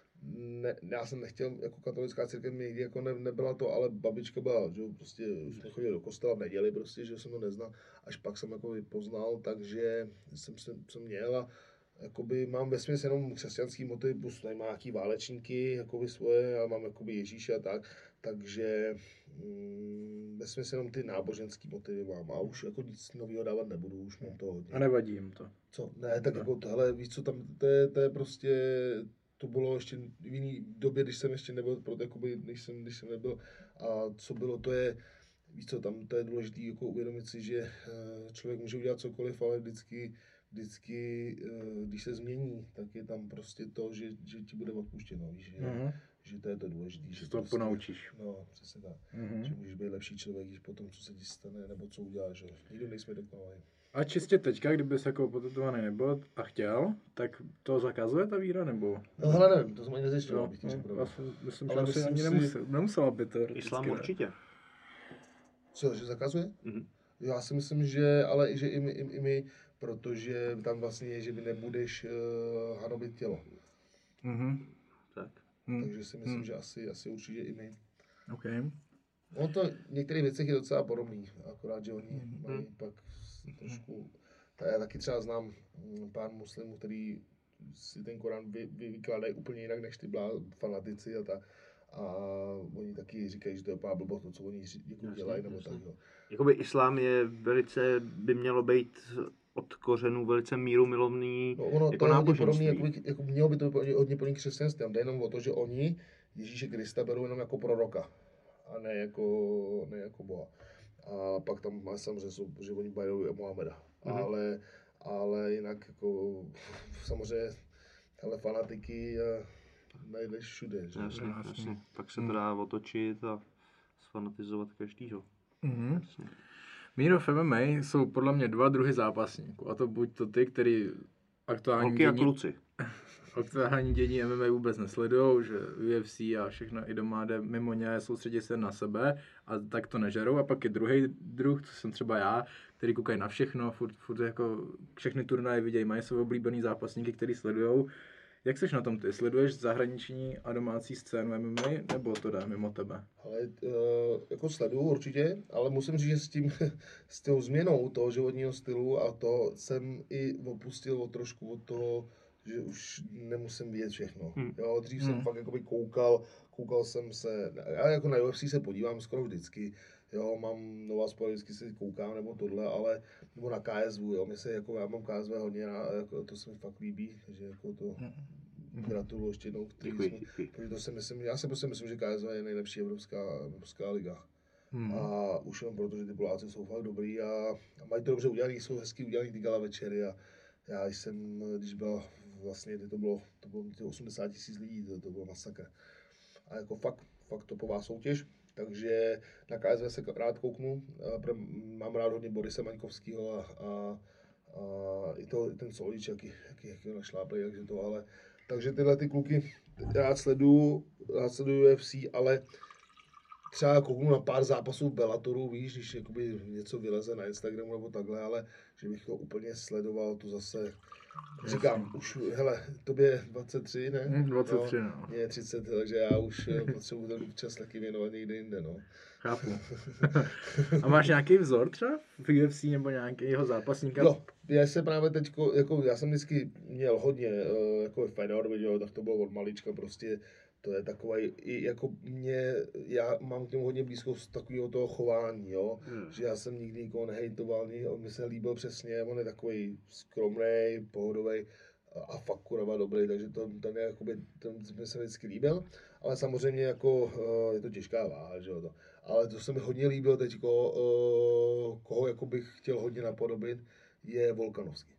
Speaker 5: já jsem nechtěl, jako katolická církev mě nikdy jako nebyla to, ale babička byla, že jo, prostě jsme chodili do kostela v neděli prostě, že jsem to neznal, až pak jsem jako poznal, takže jsem měl a jakoby mám vesměs jenom křesťanský motiv, plus tady má nějaký válečníky, jakoby svoje, ale mám jakoby Ježíše a tak, takže vesměs jenom ty náboženský motivy mám a už jako nic nového dávat nebudu, už mám to hodně.
Speaker 4: A nevadí jim to?
Speaker 5: Co? Ne, tak jako tohle, víš co, tam to je prostě, to bylo ještě v jiný době, když jsem ještě nebyl, jakoby, když jsem nebyl a co bylo, to je, víš co, tam to je důležité jako uvědomit si, že člověk může udělat cokoliv, ale vždycky, když se změní, tak je tam prostě to, že ti bude odpuštěno, víš, že to je to důležité. Že
Speaker 4: to
Speaker 5: prostě,
Speaker 4: ponaučíš.
Speaker 5: No, přesně tak. Že můžeš být lepší člověk, když potom, co se ti stane, nebo co uděláš, že nikdo nejsme dokonalý.
Speaker 4: A čistě teďka, kdybys jako potetovaný nebyl a chtěl, tak to zakazuje ta víra, nebo?
Speaker 5: No hele, nevím, to jsem ani nezjišťoval, abych ti řekl.
Speaker 4: Myslím, že asi ani nemusela být teoreticky.
Speaker 3: Islám určitě.
Speaker 5: Co, že zakazuje?
Speaker 3: Mhm.
Speaker 5: Já si myslím, že, ale že i my, protože tam vlastně je, že by nebudeš hanobit tělo.
Speaker 3: Tak.
Speaker 5: Takže si myslím, že asi určitě i my.
Speaker 4: Okay.
Speaker 5: No to v některých věcech je docela podobný, akorát, že oni mají pak trošku... Já taky třeba znám pár muslimů, který si ten Korán vykládají úplně jinak než ty fanatici a tak. a oni taky říkají, že to je úplná blbost, to, co oni dělají, nebo tak, jo.
Speaker 3: Jakoby islám by mělo být od kořenů velice mírumilovný
Speaker 5: No ono,
Speaker 3: jako
Speaker 5: to
Speaker 3: náboženství.
Speaker 5: je podobný, jako mělo by to hodně podobný křesťanství, tam jde jenom o to, že oni Ježíše Krista berou jenom jako proroka a ne jako Boha. A pak tam má samozřejmě, že oni bajdou Mohameda. Ale jinak jako samozřejmě hele fanatiky najdeš všude. Že?
Speaker 3: Jasně. Pak se to dá otočit a sfanatizovat každýho. Jasně.
Speaker 4: Míro, v MMA jsou podle mě 2 druhy zápasníků. A to buď to ty, který aktuální dění MMA vůbec nesledujou, že UFC a všechno i doma jde mimo ně, soustředí se na sebe a tak to nežerou. A pak je druhý druh, to jsem třeba já, který koukají na všechno, furt jako všechny turnaje vidějí, mají své oblíbený zápasníky, který sledujou. Jak seš na tom ty? Sleduješ zahraniční a domácí scénu MMA, nebo to jde mimo tebe?
Speaker 5: Ale jako sleduju určitě, ale musím říct, že s tou změnou toho životního stylu a to jsem i opustil trošku od toho, že už nemusím vidět všechno. Jo, dřív jsem fakt jakoby koukal jsem se, já jako na UFC se podívám skoro vždycky, jo, mám nová sport, vždycky se koukám nebo tohle, ale nebo na KSV, jo, já mám KSV hodně, jako, to se mi fakt líbí, takže jako to gratuluju ještě jednou, protože to si myslím, já si prostě myslím, že KSV je nejlepší evropská liga. A už jenom proto, že ty Poláci jsou fakt dobrý a mají to dobře udělaný, jsou hezky udělaný ty gala večery a já jsem, když byl vlastně, to bylo 80 000 lidí, to bylo masakr. A jako fakt topová soutěž, takže na KSV se rád kouknu, mám rád hodně Borise Maňkovskýho a i ten Solič, jaký ho našlápli, takže to, ale takže tyhle ty kluky rád sleduju UFC, ale třeba kouknu na pár zápasů Bellatoru, víš, když jakoby něco vyleze na Instagramu nebo takhle, ale že bych to úplně sledoval, to zase říkám, už, hele, tobě 23, ne?
Speaker 4: 23, no.
Speaker 5: Mě je 30, takže já už potřebuji ten čas taky věnovat někde jinde, no.
Speaker 4: Chápu. A máš nějaký vzor třeba v UFC nebo nějakého zápasníka?
Speaker 5: No, já se právě teďko, jako já jsem vždycky měl hodně, jako Fedor, jo, tak to bylo od malička prostě, to je takový, jako já mám k němu hodně blízko z takového toho chování, jo, že já jsem nikdy nikoho nehejtoval, on mi se líbil přesně, on je takový skromnej, pohodový a fakt kurva dobrý, takže ten mi se vždycky líbil, ale samozřejmě jako je to těžká váha, že jo, to. Ale to se mi hodně líbilo teďko, koho jako bych chtěl hodně napodobit, je Volkanovský.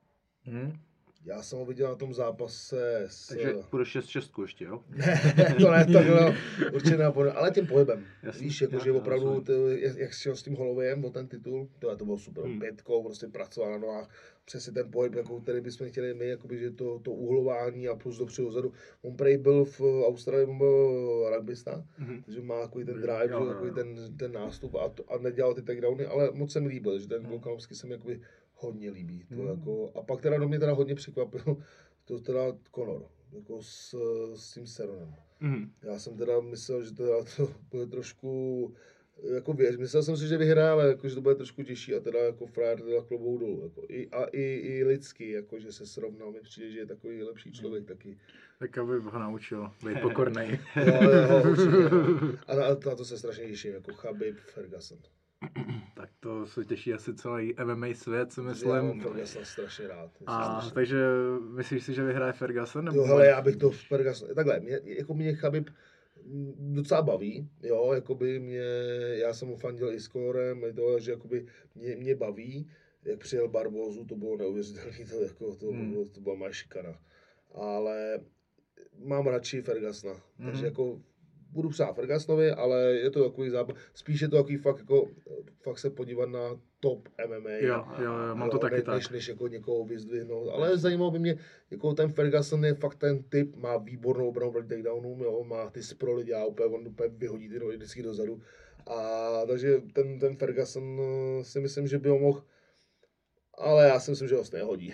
Speaker 5: Já jsem ho viděl na tom zápase
Speaker 3: Takže půjdeš 6-6 ještě, jo?
Speaker 5: Ne, to bylo určitě napodobit, ale tím pohybem.
Speaker 3: Jasný,
Speaker 5: víš, jakože opravdu, jak šel s tím Hollowayem o ten titul, to bylo super, pětkou, prostě pracoval na nohách, přesně ten pohyb, jako, který bychom chtěli my, jakoby, že to uhlování a plus dopředu zadu. On prej byl v Austrálii, on byl rugbysta, takže má takový ten drive, takový ten nástup a nedělal ty takedowny, ale moc se mi líbil, že ten Volkanovský se mi jakoby hodně líbí. To jako, a pak teda do mě teda hodně překvapil, to teda Conor, jako s tím Cerronem. Já jsem teda myslel, že teda to bude trošku, jako myslel jsem si, že vyhraje, ale jako, že to bude trošku těžší a teda jako frajer teda klobou dolů. Jako, i lidsky, jako, že se srovnal, mi přijde, že je takový lepší člověk taky.
Speaker 4: Tak aby ho naučil být pokornej.
Speaker 5: jo, určitě. A na to se strašně těším, jako Khabib, Ferguson.
Speaker 4: Tak to se těší asi celý MMA svět, si myslím.
Speaker 5: Já mám Fergusona strašně rád.
Speaker 4: Takže myslíš si, že vyhraje Ferguson?
Speaker 5: Jo, hele, já bych to Ferguson... Takhle, mě Khabib docela baví, jo, jakoby já jsem mu fandil i skórem, že jakoby mě baví, jak přijel Barbozu, to bylo neuvěřitelné, to byla moje šikana. Ale mám radši Fergusona, takže jako budu psát Fergusonovi, ale je to takový zápas, spíš je to takový fakt se podívat na top MMA.
Speaker 4: Jo, mám to taky tak.
Speaker 5: Než jako někoho vyzdvihnout, ale zajímalo by mě, jako ten Ferguson je fakt ten typ, má výbornou obranu proti takedownům, jo, má ty sproly, dělá on úplně vyhodí ty nohy vždycky dozadu. A takže ten Ferguson si myslím, že by ho mohl, ale já si myslím, že ho nehodí.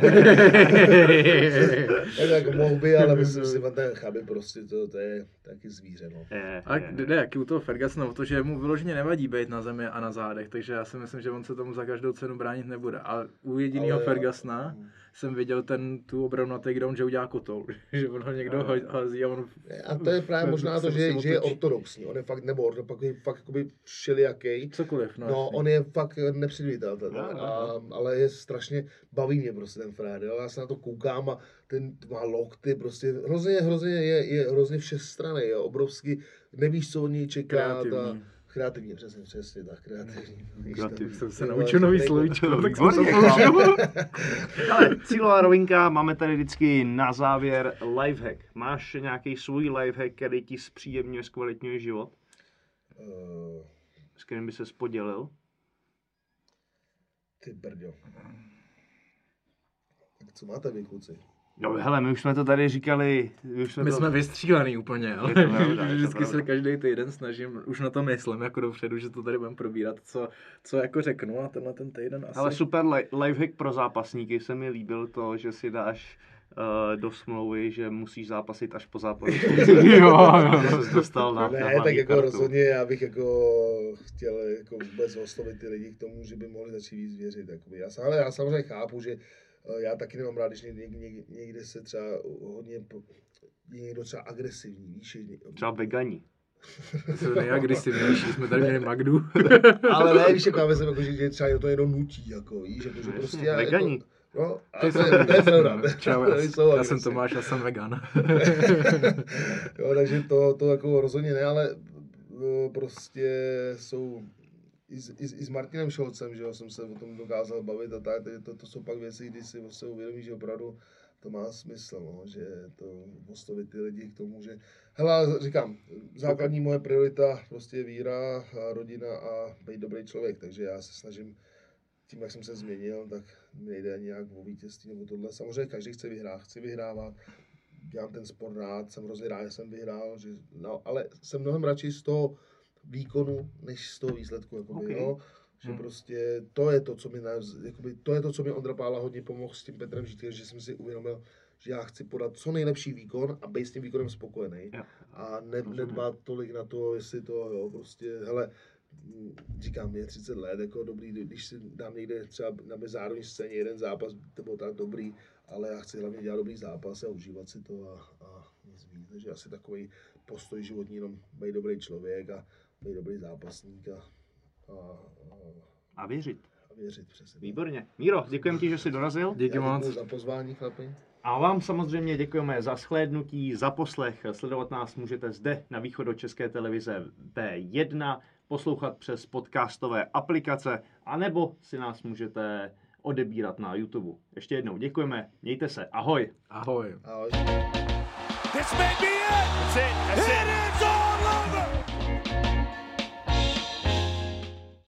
Speaker 5: Tak mohl by, ale myslím si, že ten Khabib prostě to je taky zvíře. No.
Speaker 4: A jde jaký u toho Fergusona o to, že mu vyloženě nevadí být na zemi a na zádech, takže já si myslím, že on se tomu za každou cenu bránit nebude. A u jediného Fergusona jsem viděl tu obranu na takedown, že udělá kotoul, že on ho někdo hází a on...
Speaker 5: A to je právě možná to, že je ortodoxní, on je fakt, nebo fakt jakoby všelijaký.
Speaker 4: Cokoliv,
Speaker 5: no on je fakt nepředvídatelný, ale je strašně, baví mě prostě ten frér, jo, já se na to koukám a ten má lokty, prostě je hrozně všestranný, jo, obrovský, nevíš, co od něj čeká. Kreativní, přesně tak, kreativní.
Speaker 4: Jsem se naučil nový slovíčko, tak jsem to
Speaker 3: použil. Ale cílová rovinka, máme tady vždycky na závěr lifehack. Máš nějaký svůj lifehack, který ti zpříjemňuje, zkvalitňuje život? S kterým by ses podělil?
Speaker 5: Ty brďo. Tak co máte vy, kluci?
Speaker 3: No hele, my už jsme to tady říkali.
Speaker 4: My jsme vystřílený úplně, ale vždycky se každý týden snažím, už na to myslím jako dopředu, že to tady budeme probírat, co jako řeknu a tenhle ten týden asi.
Speaker 3: Ale super lifehack pro zápasníky, se mi líbil to, že si dáš do smlouvy, že musíš zápasit až po zápasu. jo. Dostal na
Speaker 5: tak jako kartu. Rozhodně já bych jako chtěl jako vůbec oslovit ty lidi k tomu, že by mohli začít víc věřit. Já samozřejmě chápu, že já taky nemám rád, když někde se třeba hodně je někdo třeba agresivní, víš?
Speaker 3: Třeba vegani.
Speaker 4: To nejagresivnější, jsme tady měli Magdu.
Speaker 5: Ale ne, víš, jako já myslím, jako, že třeba to jenom nutí, jako, víš, jako, že prostě já,
Speaker 3: vegani.
Speaker 5: Jako, no, to je pravda.
Speaker 4: Čau, já jsem Tomáš, já jsem vegan.
Speaker 5: Jo, takže to jako rozhodně ne, ale prostě jsou i s Martinem Šolcem, že jo, jsem se o tom dokázal bavit a tak, to jsou pak věci, kdy si se uvědomí, že opravdu to má smysl, no, že to oslovit ty lidi k tomu, že... Hele, říkám, základní moje priorita prostě je víra a rodina a být dobrý člověk, takže já se snažím tím, jak jsem se změnil, tak nejde nějak o vítězství nebo tohle. Samozřejmě každý chci vyhrávat, dělám ten sport rád, jsem hrozně rád, že jsem vyhrál, ale jsem mnohem radši z toho výkonu, než z toho výsledku, jakoby, okay. Jo? Že prostě to je to, co mi Ondra Pála hodně pomohl s tím Petrem Žítkem, že jsem si uvědomil, že já chci podat co nejlepší výkon a být s tím výkonem spokojený. A nedbát tolik na to, jestli to, jo, prostě, hele, říkám, je 30 let, jako dobrý, když si dám někde třeba na mezinárodní scéně jeden zápas, to bylo tak dobrý, ale já chci hlavně dělat dobrý zápas a užívat si to a nic víc. Takže asi takový postoj životní, jenom být dobrý člověk a být dobrý zápasník
Speaker 3: a věřit.
Speaker 5: A věřit, přesně.
Speaker 3: Výborně. Míro, děkujeme ti, že jsi dorazil.
Speaker 4: Díky moc.
Speaker 5: Za pozvání, chlapi.
Speaker 3: A vám samozřejmě děkujeme za shlédnutí, za poslech. Sledovat nás můžete zde na východočeské televize V1, poslouchat přes podcastové aplikace, anebo si nás můžete odebírat na YouTube. Ještě jednou děkujeme, mějte se, ahoj.
Speaker 4: Ahoj.
Speaker 5: Ahoj.
Speaker 2: This may be it. That's it. It is all over.